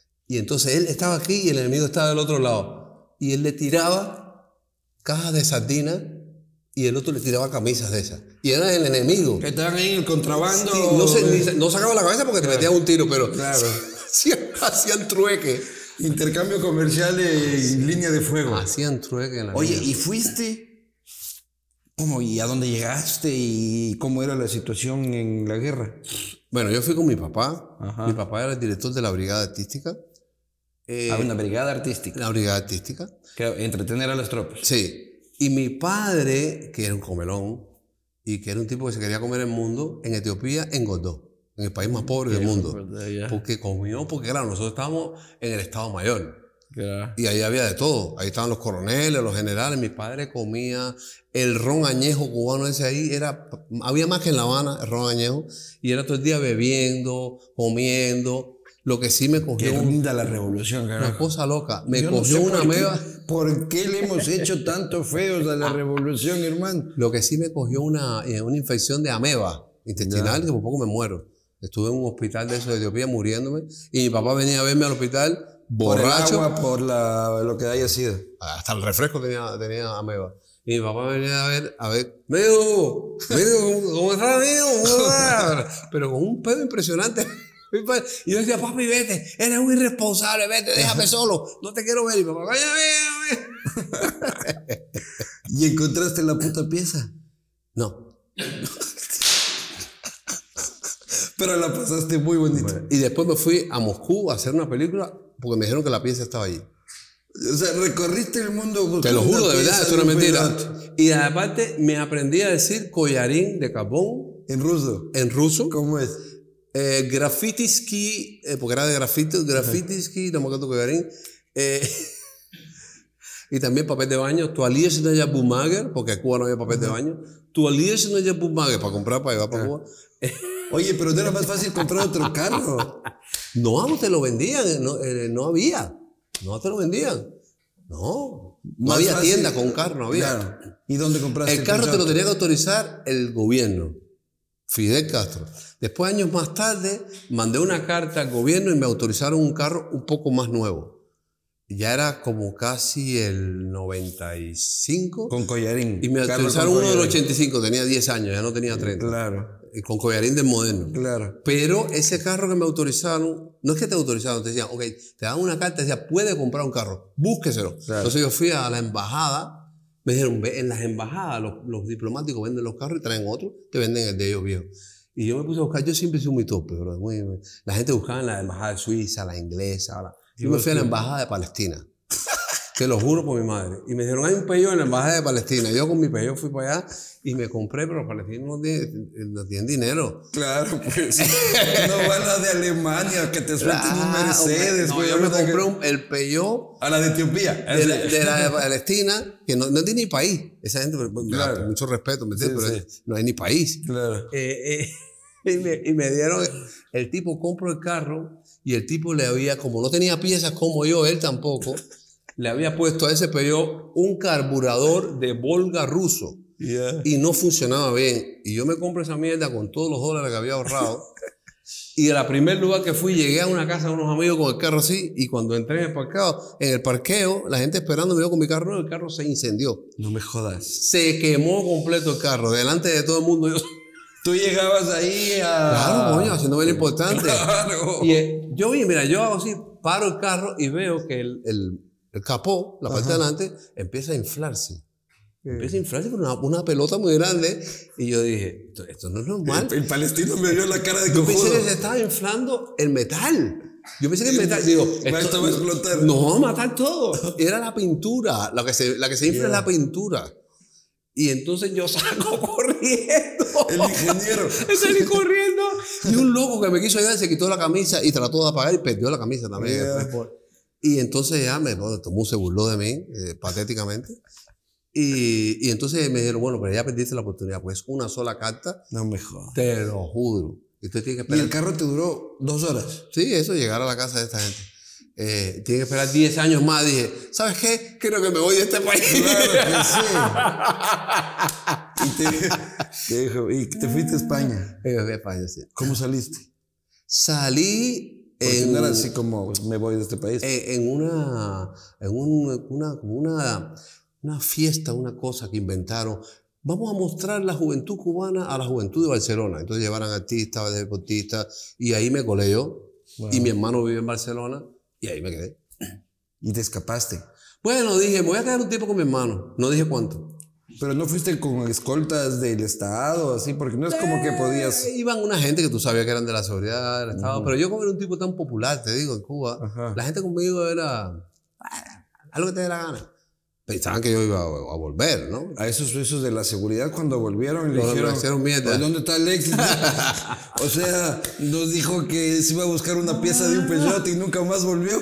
y entonces él estaba aquí y el enemigo estaba del otro lado. Y él le tiraba cajas de sardinas y el otro le tiraba camisas de esas. Y era el enemigo. Que estaban ahí en el contrabando. Sí, no, se, ni, no sacaba la cabeza porque claro. te metían un tiro, pero claro. hacían, hacían trueque. Intercambio comercial en línea de fuego. Hacían trueque en la Oye, vida. ¿y fuiste ¿Cómo? ¿Y a dónde llegaste? ¿Y cómo era la situación en la guerra? Bueno, yo fui con mi papá. Ajá. Mi papá era el director de la brigada artística. Eh, a una brigada artística. La brigada artística. Que entretener a las tropas. Sí. Y mi padre, que era un comelón, y que era un tipo que se quería comer el mundo, en Etiopía engordó. En el país más pobre del mundo. Porque comió, porque claro, nosotros estábamos en el Estado Mayor. Yeah. Y ahí había de todo. Ahí estaban los coroneles, los generales. Mi padre comía el ron añejo cubano ese ahí. Era, había más que en La Habana, el ron añejo. Y era todo el día bebiendo, comiendo. Lo que sí me cogió... Qué linda la revolución, carajo. Una cosa loca. Me Yo cogió no sé una por meba... Qué, ¿Por qué le hemos hecho tanto feos a la revolución, hermano? Lo que sí me cogió una, una infección de ameba intestinal, yeah. Que por poco me muero. Estuve en un hospital de eso de Etiopía muriéndome. Y mi papá venía a verme al hospital... borracho. Por el agua, por la, lo que haya sido. Hasta el refresco tenía, tenía ameba. Y mi papá venía a ver, a ver, amigo, amigo, ¿cómo estás, amigo? Pero con un pedo impresionante. Y yo decía, papi, vete, eres un irresponsable, vete, déjame solo, no te quiero ver. Y mi papá, vaya, vaya. ¿Y encontraste la puta pieza? No. Pero la pasaste muy bonita. Bueno, y después me fui a Moscú a hacer una película porque me dijeron que la pieza estaba allí. O sea, recorriste el mundo. Te lo juro, de verdad, esto no es mentira. Y aparte me aprendí a decir collarín de carbón. ¿En ruso? En ruso. ¿Cómo es? Eh, grafitiski, eh, porque era de grafito, grafitiski, no me acuerdo collarín. Eh, y también papel de baño. Toallier Bumager, porque en Cuba no había papel de baño. Toallier Bumager para comprar, para llevar para Cuba. Oye, pero no era más fácil comprar otro carro. No, no te lo vendían, no, eh, no había. No te lo vendían. No. No más había fácil. Tienda con un carro, no había. Claro. ¿Y dónde compraste el, el carro? Te lo tenía que autorizar el gobierno, Fidel Castro. Después, años más tarde, mandé una carta al gobierno y me autorizaron un carro un poco más nuevo. Ya era como casi el noventa y cinco. Con collarín. Y me autorizaron uno del ochenta y cinco, tenía diez años, ya no tenía treinta. Claro. Y con collarín del moderno. Claro. Pero ese carro que me autorizaron, no es que te autorizaron, te decían, ok, te dan una carta, te decían, puede comprar un carro, búsqueselo. Claro. Entonces yo fui a la embajada, me dijeron, en las embajadas los, los diplomáticos venden los carros y traen otros que venden el de ellos viejo. Y yo me puse a buscar, yo siempre soy muy torpe, bro. Muy, muy, la gente buscaba en la embajada de Suiza, la inglesa, la, yo me fui a la embajada de Palestina. Te lo juro por mi madre. Y me dijeron, hay un Peugeot en la embajada de Palestina. Yo con mi Peugeot fui para allá y me compré, pero los palestinos no tienen, no tienen dinero. Claro, pues. No van a de Alemania, que te suelten claro, un Mercedes. No, güey, yo me compré que... un, el Peugeot. A la de Etiopía. De la de, la de Palestina, que no, no tiene ni país. Esa gente, claro. Con mucho respeto, ¿me entiendes? Sí, pero sí. No hay ni país. Claro. Eh, eh, y, me, y me dieron, el tipo compró el carro y el tipo le había, como no tenía piezas como yo, él tampoco. Le había puesto a ese Peugeot un carburador de Volga ruso. Yeah. Y no funcionaba bien. Y yo me compré esa mierda con todos los dólares que había ahorrado. Y al primer lugar que fui, llegué a una casa de unos amigos con el carro así. Y cuando entré en el parqueo, en el parqueo, la gente esperando yo con mi carro, el carro se incendió. No me jodas. Se quemó completo el carro. Delante de todo el mundo. Yo... Tú llegabas ahí a... Claro, coño, haciendo bien importante. Claro. Y eh, yo, oye, mira, yo hago así, paro el carro y veo que el... el El capó, la parte Ajá. de adelante, empieza a inflarse. Sí. Empieza a inflarse por una, una pelota muy grande. Y yo dije, esto, esto no es normal. El, el palestino me vio la cara de Yo cojudo. pensé que se estaba inflando el metal. Yo pensé que el metal, digo, esto, esto va a explotar. Nos va a matar todo. Era la pintura. La que se, la que se infla yeah. es la pintura. Y entonces yo salgo corriendo. El ingeniero. Salí corriendo. Y un loco que me quiso ayudar se quitó la camisa y trató de apagar y perdió la camisa también. Yeah. Y entonces ya me, bueno, todo el mundo se burló de mí, eh, patéticamente. Y, y entonces me dijeron, bueno, pero ya perdiste la oportunidad, pues una sola carta. No me jodas. Te lo juro. Y, usted tiene que esperar. ¿Y el carro te duró dos horas? Sí, eso, llegar a la casa de esta gente. Eh, tiene que esperar diez años más. Dije, ¿sabes qué? Creo que me voy de este país. Claro que sí. y, te, te dijo, y te fuiste a España. Me fui a España, sí. ¿Cómo saliste? Salí... Porque en, no era así como me voy de este país. En, en una, en un, una, una, una fiesta, una cosa que inventaron. Vamos a mostrar la juventud cubana a la juventud de Barcelona. Entonces llevaron artistas, deportistas, y ahí me colé yo. Wow. Y mi hermano vive en Barcelona, y ahí me quedé. ¿Y te escapaste? Bueno, dije, me voy a quedar un tiempo con mi hermano. No dije cuánto. Pero no fuiste con escoltas del Estado, así, porque no es como que podías... Eh, iban una gente que tú sabías que eran de la seguridad del Estado, uh-huh. pero yo como era un tipo tan popular, te digo, en Cuba, uh-huh. la gente conmigo era, haz lo que te dé la gana. Pensaban que yo iba a, a volver, ¿no? A esos esos de la seguridad cuando volvieron le no, dijeron, hicieron mierda. ¿dónde está Alexis? O sea, nos dijo que se iba a buscar una pieza de un peyote y nunca más volvió.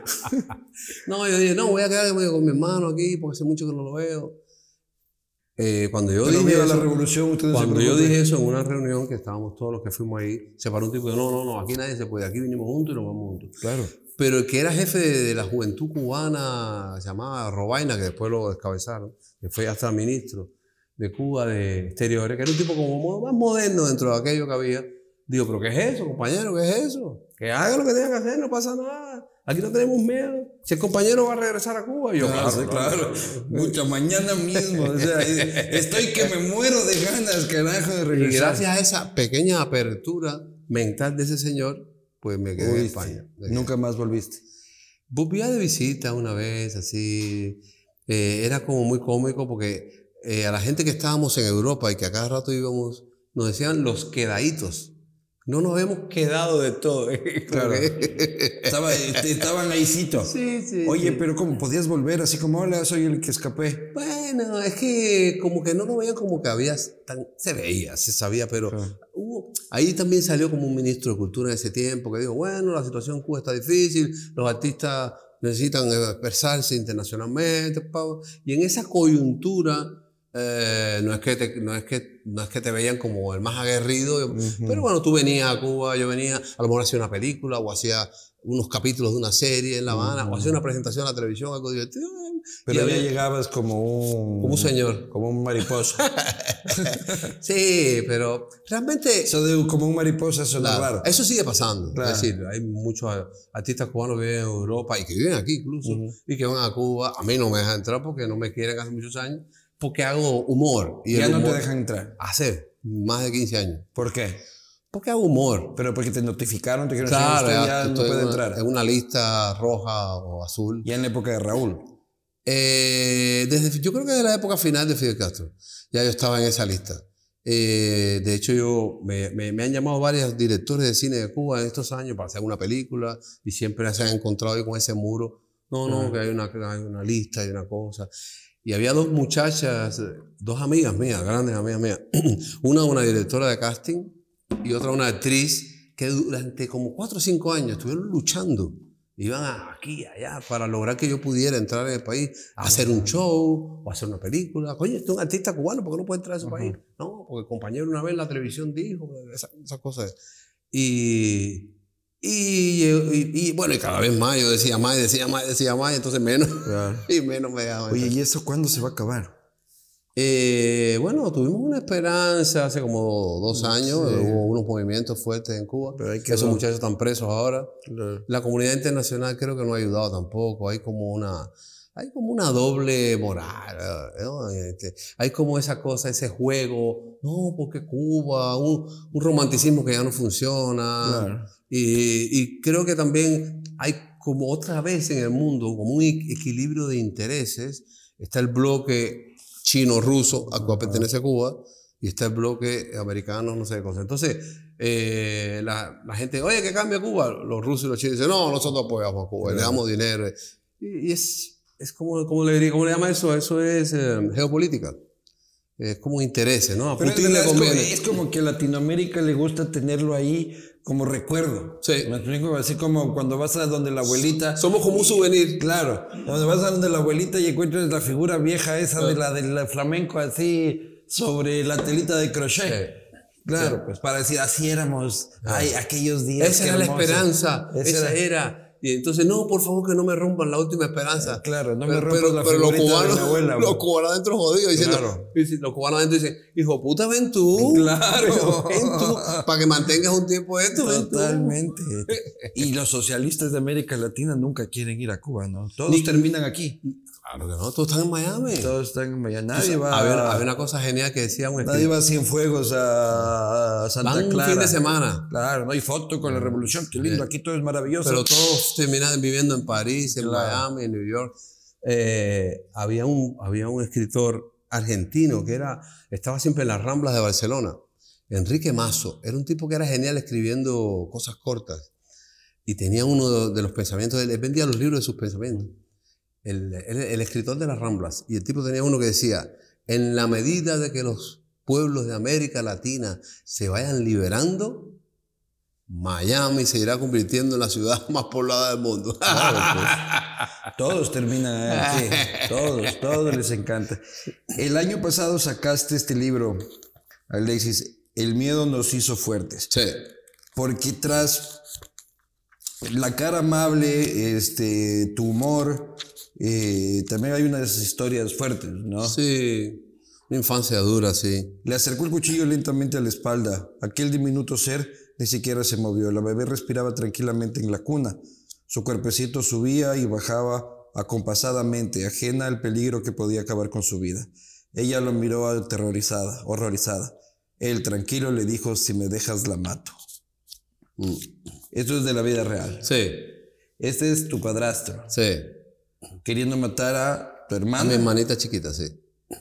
No, yo dije, no, voy a quedarme con mi hermano aquí porque hace mucho que no lo veo. Eh, cuando yo Pero dije viva eso, la revolución, cuando yo dije eso en una reunión que estábamos todos los que fuimos ahí, se paró un tipo y dijo, no, no, no, aquí nadie se puede, aquí vinimos juntos y nos vamos juntos. Claro. Pero el que era jefe de, de la juventud cubana, se llamaba Robaina, que después lo descabezaron, que fue hasta ministro de Cuba de Exteriores, que era un tipo como más moderno dentro de aquello que había. Digo, ¿pero qué es eso, compañero? ¿Qué es eso? Que haga lo que tenga que hacer, no pasa nada. Aquí no tenemos miedo. Si el compañero va a regresar a Cuba, yo, claro, claro. claro. Mucha mañana mismo. O sea, estoy que me muero de ganas, carajo, de regresar. Y gracias a esa pequeña apertura mental de ese señor, pues me quedé Uy, en España. ¿Nunca más volviste? Volví de visita una vez, así. Eh, era como muy cómico porque eh, a la gente que estábamos en Europa y que a cada rato íbamos, nos decían los quedaditos. No nos hemos quedado de todo. ¿eh? Claro. Estaba, estaban ahícitos. Sí, sí. Oye, sí. pero ¿cómo podías volver? Así como, hola, soy el que escapé. Bueno, es que como que no lo veían como que había tan... Se veía, se sabía, pero... Claro. Hubo, ahí también salió como un ministro de Cultura en ese tiempo que dijo, bueno, la situación en Cuba está difícil, los artistas necesitan expresarse internacionalmente. Pavo. Y en esa coyuntura... Eh, no, es que te, no, es que, no es que te veían como el más aguerrido, uh-huh. pero bueno, tú venías a Cuba, yo venía, a lo mejor hacía una película o hacía unos capítulos de una serie en La Habana uh-huh. o hacía una presentación a la televisión, algo divertido. Pero ya había, llegabas como un... Como un señor. Como un mariposa. Sí, pero realmente... Eso de como un mariposa suena claro, raro. Eso sigue pasando. Claro. Es decir, hay muchos artistas cubanos que viven en Europa y que viven aquí incluso uh-huh. y que van a Cuba. A mí no me dejan entrar porque no me quieren hace muchos años. Porque hago humor. Y ya no te dejan entrar. Hace más de quince años. ¿Por qué? Porque hago humor. Pero porque te notificaron, te dijeron claro, que usted ya, ya no puede una, entrar. En una lista roja o azul. Ya en la época de Raúl. Eh, desde, yo creo que de la época final de Fidel Castro. Ya yo estaba en esa lista. Eh, de hecho, yo me, me, me han llamado varios directores de cine de Cuba en estos años para hacer una película y siempre se han encontrado ahí con ese muro. No, no, uh-huh. que hay una, hay una lista y una cosa. Y había dos muchachas, dos amigas mías, grandes amigas mías. Una una directora de casting y otra una actriz que durante como cuatro o cinco años estuvieron luchando. Iban aquí y allá para lograr que yo pudiera entrar en el país, a hacer un show o hacer una película. Coño, este es un artista cubano, ¿por qué no puede entrar a ese uh-huh. país? No, porque el compañero una vez en la televisión dijo, esas esa cosas. Y... Y, y, y bueno, y cada vez más yo decía más, decía más, decía más, entonces menos, claro. y menos me dejaban. Oye, ¿y eso cuándo se va a acabar? Eh, bueno, tuvimos una esperanza hace como dos años, sí. Hubo unos movimientos fuertes en Cuba, pero hay que esos no. muchachos están presos ahora. Claro. La comunidad internacional creo que no ha ayudado tampoco, hay como una... Hay como una doble moral, ¿no? Este, hay como esa cosa, ese juego, no, porque Cuba, un, un romanticismo que ya no funciona. Claro. Y, y creo que también hay como otra vez en el mundo, como un equilibrio de intereses. Está el bloque chino-ruso al cual pertenece Cuba y está el bloque americano, no sé qué cosa. Entonces, eh, la, la gente, oye, ¿qué cambia Cuba? Los rusos y los chinos dicen, no, nosotros apoyamos a Cuba, claro. Le damos dinero. Y, y es... Es como, como le diría, ¿cómo le llama eso? Eso es eh, geopolítica. Es como intereses, ¿no? A Pero Putin le conviene. Es como, es como que a Latinoamérica le gusta tenerlo ahí como recuerdo. Sí. ¿Me explico? Así como cuando vas a donde la abuelita... Somos como un souvenir. Claro. Cuando vas a donde la abuelita y encuentras la figura vieja esa ah. de la del flamenco así sobre la telita de crochet. Sí. Claro, sí. Pues para decir, así éramos. Ah. Ay, aquellos días. Esa era hermoso. La esperanza. Esa, Esa era... era. Y entonces, no, por favor, que no me rompan la última esperanza. Claro, no me pero, rompan pero, la pero los cubanos, de mi abuela. Los cubanos adentro jodidos diciendo, claro. Los cubanos adentro dicen, hijo puta, ven tú. Claro. Ven tú, para que mantengas un tiempo esto. Totalmente. Y los socialistas de América Latina nunca quieren ir a Cuba, ¿no? Todos Ni, terminan aquí. Claro que no, todos están en Miami. Todos están en Miami. Nadie va a... Había una cosa genial que decía un Nadie va a Cienfuegos a, a Santa Van Clara. un fin de semana. Claro, no hay foto con la revolución. Qué lindo, aquí todo es maravilloso. Pero todos terminan viviendo en París, en claro. Miami, en New York. Eh, había, un, había un escritor argentino que era, estaba siempre en las Ramblas de Barcelona, Enrique Mazo. Era un tipo que era genial escribiendo cosas cortas. Y tenía uno de, de los pensamientos, él vendía los libros de sus pensamientos. El, el, el escritor de las Ramblas. Y el tipo tenía uno que decía, en la medida de que los pueblos de América Latina se vayan liberando, Miami se irá convirtiendo en la ciudad más poblada del mundo. Claro, pues, todos terminan aquí, todos, todos les encanta. El año pasado sacaste este libro, Alexis, El miedo nos hizo fuertes. Sí. Porque tras la cara amable, este, tu humor, eh, también hay unas historias fuertes, ¿no? Sí, una infancia dura, sí. Le acercó el cuchillo lentamente a la espalda. Aquel diminuto ser ni siquiera se movió. La bebé respiraba tranquilamente en la cuna. Su cuerpecito subía y bajaba acompasadamente, ajena al peligro que podía acabar con su vida. Ella lo miró aterrorizada, horrorizada. Él, tranquilo, le dijo, si me dejas la mato. Mm. Esto es de la vida real. Sí. Este es tu padrastro. Sí. Queriendo matar a tu hermana. A mi hermanita chiquita, sí.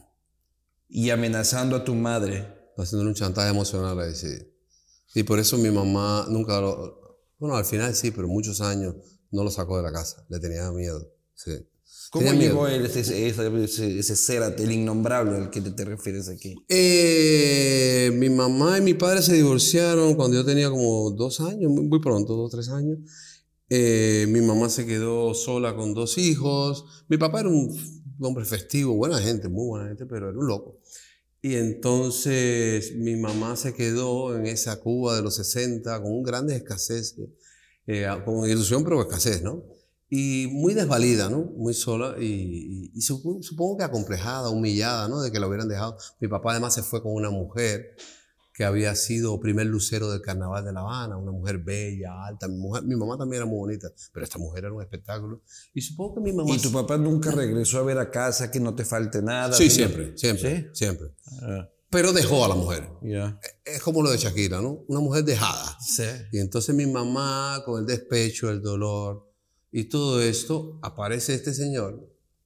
Y amenazando a tu madre. Haciéndole un chantaje emocional ahí, sí. Y por eso mi mamá nunca lo... Bueno, al final sí, pero muchos años no lo sacó de la casa. Le tenía miedo, sí. ¿Cómo tenía llegó miedo. él, ese, ese, ese, ese ser, el innombrable al que te, te refieres aquí? Eh, mi mamá y mi padre se divorciaron cuando yo tenía como dos años, muy, muy pronto, dos, tres años. Eh, mi mamá se quedó sola con dos hijos. Mi papá era un hombre festivo, buena gente, muy buena gente, pero era un loco. Y entonces mi mamá se quedó en esa Cuba de los sesenta con grandes escasez, eh, con ilusión pero escasez, ¿no? Y muy desvalida, ¿no? Muy sola y, y, y supongo, supongo que acomplejada, humillada, ¿no? De que la hubieran dejado. Mi papá además se fue con una mujer que había sido primer lucero del Carnaval de La Habana, una mujer bella, alta. Mi, mujer, mi mamá también era muy bonita, pero esta mujer era un espectáculo. Y supongo que mi mamá... ¿Y tu papá nunca regresó a ver a casa, que no te falte nada? Sí, siempre, siempre, ¿sí? Siempre. Ah. Pero dejó a la mujer. Yeah. Es como lo de Shakira, ¿no? Una mujer dejada. Sí. Y entonces mi mamá, con el despecho, el dolor y todo esto, aparece este señor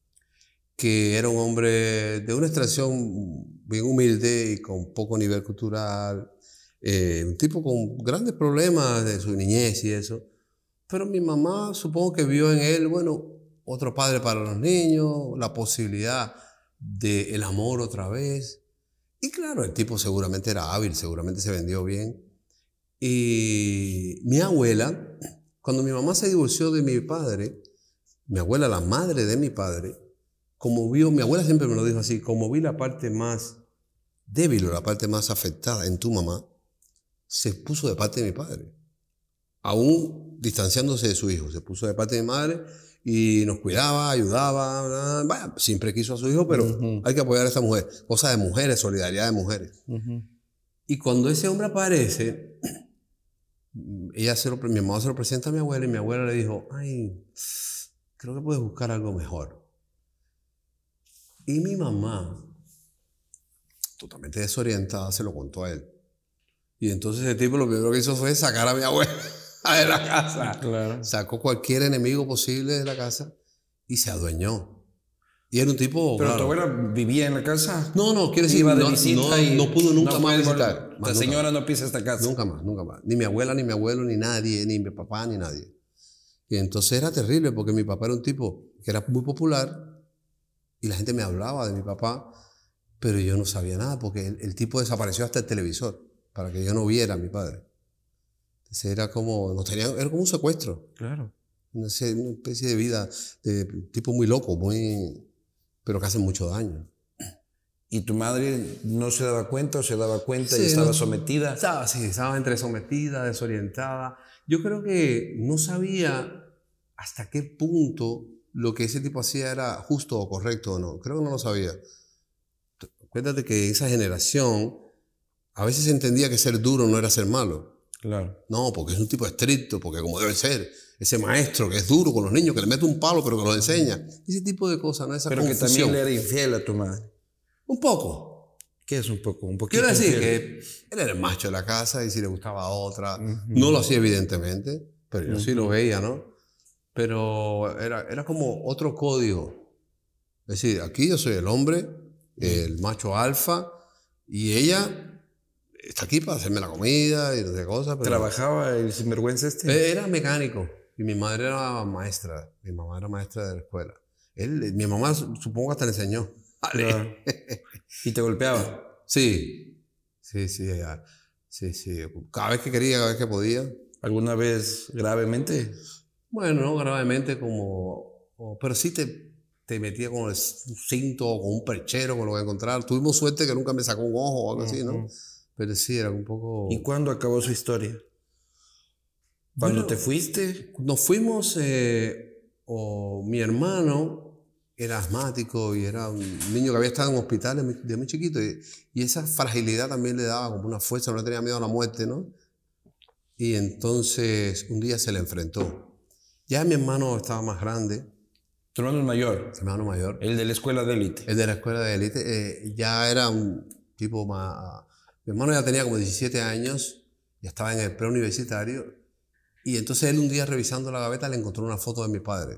que era un hombre de una extracción bien humilde y con poco nivel cultural, eh, un tipo con grandes problemas de su niñez y eso. Pero mi mamá supongo que vio en él, bueno, otro padre para los niños, la posibilidad del amor otra vez. Y claro, el tipo seguramente era hábil, seguramente se vendió bien. Y mi abuela, cuando mi mamá se divorció de mi padre, mi abuela, la madre de mi padre, como vio, mi abuela siempre me lo dijo así, como vi la parte más débil o la parte más afectada en tu mamá, se puso de parte de mi padre. Aún distanciándose de su hijo, se puso de parte de mi madre y nos cuidaba, ayudaba, vaya, siempre quiso a su hijo, pero uh-huh. hay que apoyar a esta mujer. Cosa de mujeres, solidaridad de mujeres. Uh-huh. Y cuando ese hombre aparece, ella se lo, mi mamá se lo presenta a mi abuela y mi abuela le dijo, ay, creo que puedes buscar algo mejor. Y mi mamá, totalmente desorientada, se lo contó a él. Y entonces el tipo lo primero que hizo fue sacar a mi abuela de la casa. Claro. Sacó cualquier enemigo posible de la casa y se adueñó. Y era un tipo... ¿Pero claro, tu abuela vivía en la casa? No, no, quiere decir, iba de no, visita no, y no pudo nunca no más fue, visitar. La Más señora nunca. no pisa esta casa. Nunca más, nunca más. Ni mi abuela, ni mi abuelo, ni nadie, ni mi papá, ni nadie. Y entonces era terrible porque mi papá era un tipo que era muy popular y la gente me hablaba de mi papá, pero yo no sabía nada porque el, el tipo desapareció hasta el televisor para que yo no viera a mi padre. Entonces era como, no tenía, era como un secuestro. Claro. Una, una especie de vida de tipo muy loco, muy, pero que hace mucho daño. ¿Y tu madre no se daba cuenta o se daba cuenta Sí, y estaba no, sometida? Estaba, sí, estaba entre sometida, desorientada. Yo creo que no sabía hasta qué punto lo que ese tipo hacía era justo o correcto o no. Creo que no lo sabía. Cuéntate que esa generación a veces entendía que ser duro no era ser malo. Claro. No, porque es un tipo estricto, porque como debe ser. Ese maestro que es duro con los niños, que le mete un palo pero que los enseña. Ese tipo de cosas, ¿no? Esa pero confusión. Que también le era infiel a tu madre. Un poco. ¿Qué es un poco? Un poquito. Quiero decir infiel. que él era el macho de la casa y si le gustaba a otra. Uh-huh. No lo hacía evidentemente, pero yo uh-huh. sí lo veía, ¿no? Pero era, era como otro código. Es decir, aquí yo soy el hombre el macho alfa, y ella está aquí para hacerme la comida y no sé cosas. Pero ¿Trabajaba el sinvergüenza este? era mecánico y mi madre era maestra, mi mamá era maestra de la escuela. Él, mi mamá supongo que hasta le enseñó. Claro. ¿Y te golpeaba? Sí, sí, sí, sí, sí, cada vez que quería, cada vez que podía. ¿Alguna vez gravemente? Bueno, no gravemente como, como pero sí te, te metía con el cinto o con un perchero, con lo que encontrar. Tuvimos suerte que nunca me sacó un ojo o algo uh-huh. así, ¿no? Pero sí, era un poco... ¿Y cuándo acabó su historia? ¿Cuándo bueno, te fuiste? Nos fuimos, eh, o mi hermano era asmático y era un niño que había estado en hospitales de muy chiquito y, y esa fragilidad también le daba como una fuerza, no tenía miedo a la muerte, ¿no? Y entonces un día se le enfrentó. Ya mi hermano estaba más grande. ¿Tu hermano es mayor? Mi hermano mayor. ¿El de la escuela de élite? El de la escuela de élite. Eh, ya era un tipo más... Mi hermano ya tenía como diecisiete años, ya estaba en el preuniversitario. Y entonces él un día revisando la gaveta le encontró una foto de mi padre.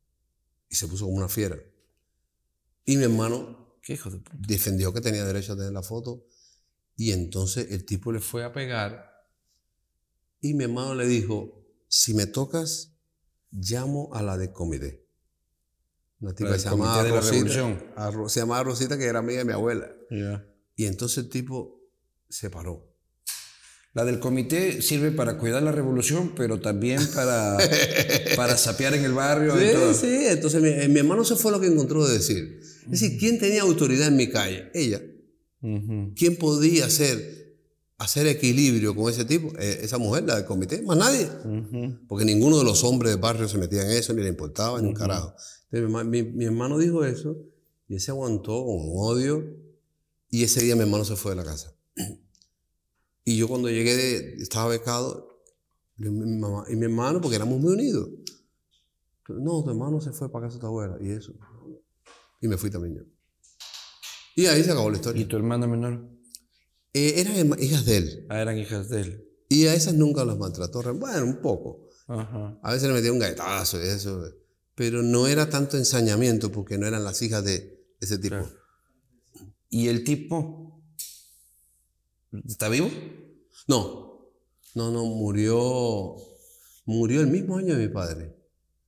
Y se puso como una fiera. Y mi hermano ¿Qué hijo de puta? defendió que tenía derecho a tener la foto. Y entonces el tipo le fue a pegar. Y mi hermano le dijo, si me tocas, llamo a la de comité. Una tipa que se llamaba de la Rosita. Ro, se llamaba Rosita, que era amiga de mi abuela. Yeah. Y entonces el tipo se paró. La del comité sirve para cuidar la revolución, pero también para, para sapear en el barrio sí, y todo. Sí, entonces mi, mi hermano se fue lo que encontró de decir. Es decir, ¿quién tenía autoridad en mi calle? Ella. Uh-huh. ¿Quién podía hacer, hacer equilibrio con ese tipo? Eh, esa mujer, la del comité, más nadie. Uh-huh. Porque ninguno de los hombres del barrio se metía en eso, ni le importaba, uh-huh. ni un carajo. Entonces, mi, mi, mi hermano dijo eso, y él se aguantó con odio, y ese día mi hermano se fue de la casa. Y yo cuando llegué, de, estaba becado, mi mamá y mi hermano, porque éramos muy unidos. No, tu hermano se fue para casa de tu abuela, y eso. Y me fui también yo. Y ahí se acabó la historia. ¿Y tu hermana menor? Eh, eran hijas de él. Ah, eran hijas de él. Y a esas nunca las maltrató. Bueno, un poco. Ajá. A veces le metía un galletazo y eso. Pero no era tanto ensañamiento, porque no eran las hijas de ese tipo. Claro. ¿Y el tipo está vivo? No, no, no, murió, murió el mismo año de mi padre.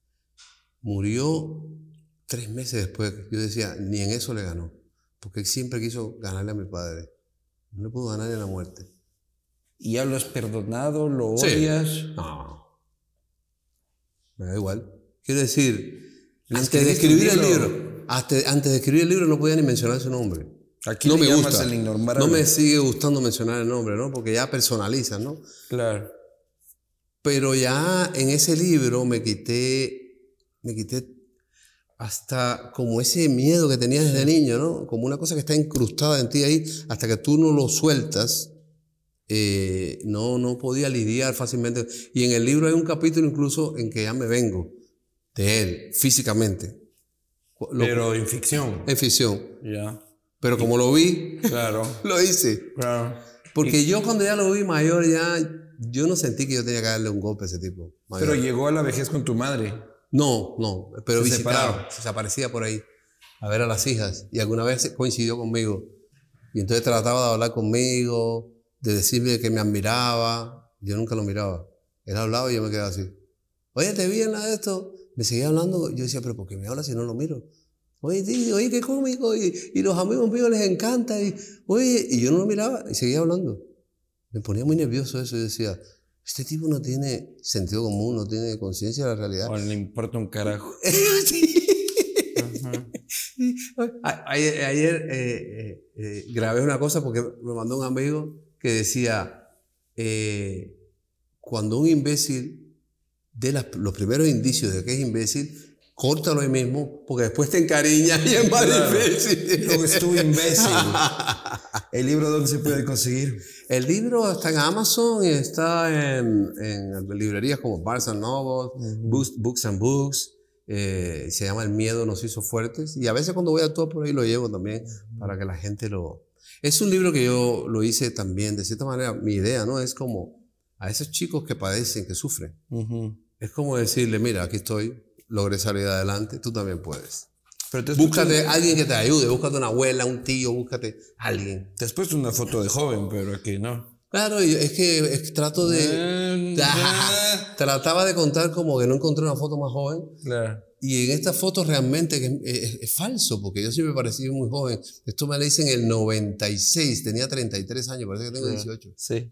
Murió tres meses después. Yo decía, ni en eso le ganó, porque él siempre quiso ganarle a mi padre. No le pudo ganar en la muerte. ¿Y ya lo has perdonado? ¿Lo odias? Sí. No, me da igual. Quiero decir, antes de escribir el libro, hasta, antes de escribir el libro no podía ni mencionar su nombre. Aquí no le me llamas gusta. El innombrable. No me sigue gustando mencionar el nombre, ¿no? Porque ya personalizan, ¿no? Claro. Pero ya en ese libro me quité, me quité hasta como ese miedo que tenía desde niño, ¿no? Como una cosa que está incrustada en ti ahí, hasta que tú no lo sueltas, eh, no, no podía lidiar fácilmente. Y en el libro hay un capítulo incluso en que ya me vengo de él, físicamente. Lo, Pero en ficción. En ficción. Ya. Yeah. Pero como lo vi, claro. lo hice. Claro. Porque y, yo cuando ya lo vi mayor, ya yo no sentí que yo tenía que darle un golpe a ese tipo. Mayor. Pero llegó a la vejez con tu madre. No, no, pero se visitaba, separaron. se aparecía por ahí a ver a las hijas y alguna vez coincidió conmigo. Y entonces trataba de hablar conmigo, de decirme que me admiraba. Yo nunca lo miraba. Él hablaba y yo me quedaba así. Oye, ¿te vi en la de esto? Me seguía hablando. Yo decía, pero ¿por qué me habla si no lo miro? Oye, tío, oye, qué cómico. Y, y los amigos míos les encanta. Y, oye, y yo no lo miraba y seguía hablando. Me ponía muy nervioso eso y decía, este tipo no tiene sentido común, no tiene conciencia de la realidad. O le importa un carajo. Sí. Ayer, ayer eh, eh, grabé una cosa porque me mandó un amigo que decía, eh, cuando un imbécil dé las, los primeros indicios de que es imbécil, córtalo ahí mismo, porque después te encariñas y es más claro. difícil. Luego estuvo imbécil. ¿El libro dónde se puede conseguir? El libro está en Amazon y está en, en librerías como Barnes and Noble, uh-huh. Books, Books and Books. Eh, se llama El miedo nos hizo fuertes. Y a veces cuando voy a actuar por ahí lo llevo también uh-huh. para que la gente lo... Es un libro que yo lo hice también, de cierta manera, mi idea, ¿no? Es como a esos chicos que padecen, que sufren. Uh-huh. Es como decirle, mira, aquí estoy, logré salir adelante, tú también puedes. Pero te has Búscate puesto- a alguien que te ayude, búscate una abuela, un tío, búscate a alguien. Te has puesto una foto de joven, pero aquí no. Claro, y es que, es que trato de... Eh, Trataba de contar como que no encontré una foto más joven. Claro. Y en esta foto realmente que es, es- es falso, porque yo sí me parecía muy joven. Esto me lo hice en el noventa y seis, tenía treinta y tres años, parece que tengo dieciocho. Sí.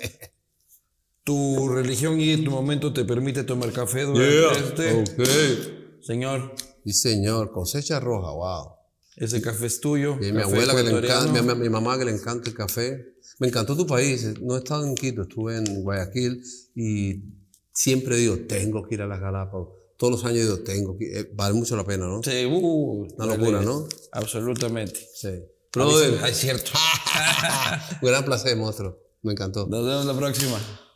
¿Tu religión y tu momento te permite tomar café durante este? Ok. Señor, Sí, señor, cosecha roja, wow. ese café es tuyo. Y mi café abuela que le ecuatoriano. encanta, mi, mi mamá que le encanta el café. Me encantó tu país, no he estado en Quito, estuve en Guayaquil y siempre digo, tengo que ir a las Galápagos. Todos los años digo, tengo que ir. Eh, vale mucho la pena, ¿no? Sí, uh, Una locura, ¿no? Absolutamente. Sí. Brother, Brother, es cierto. un gran placer, monstruo. Me encantó. Nos vemos la próxima.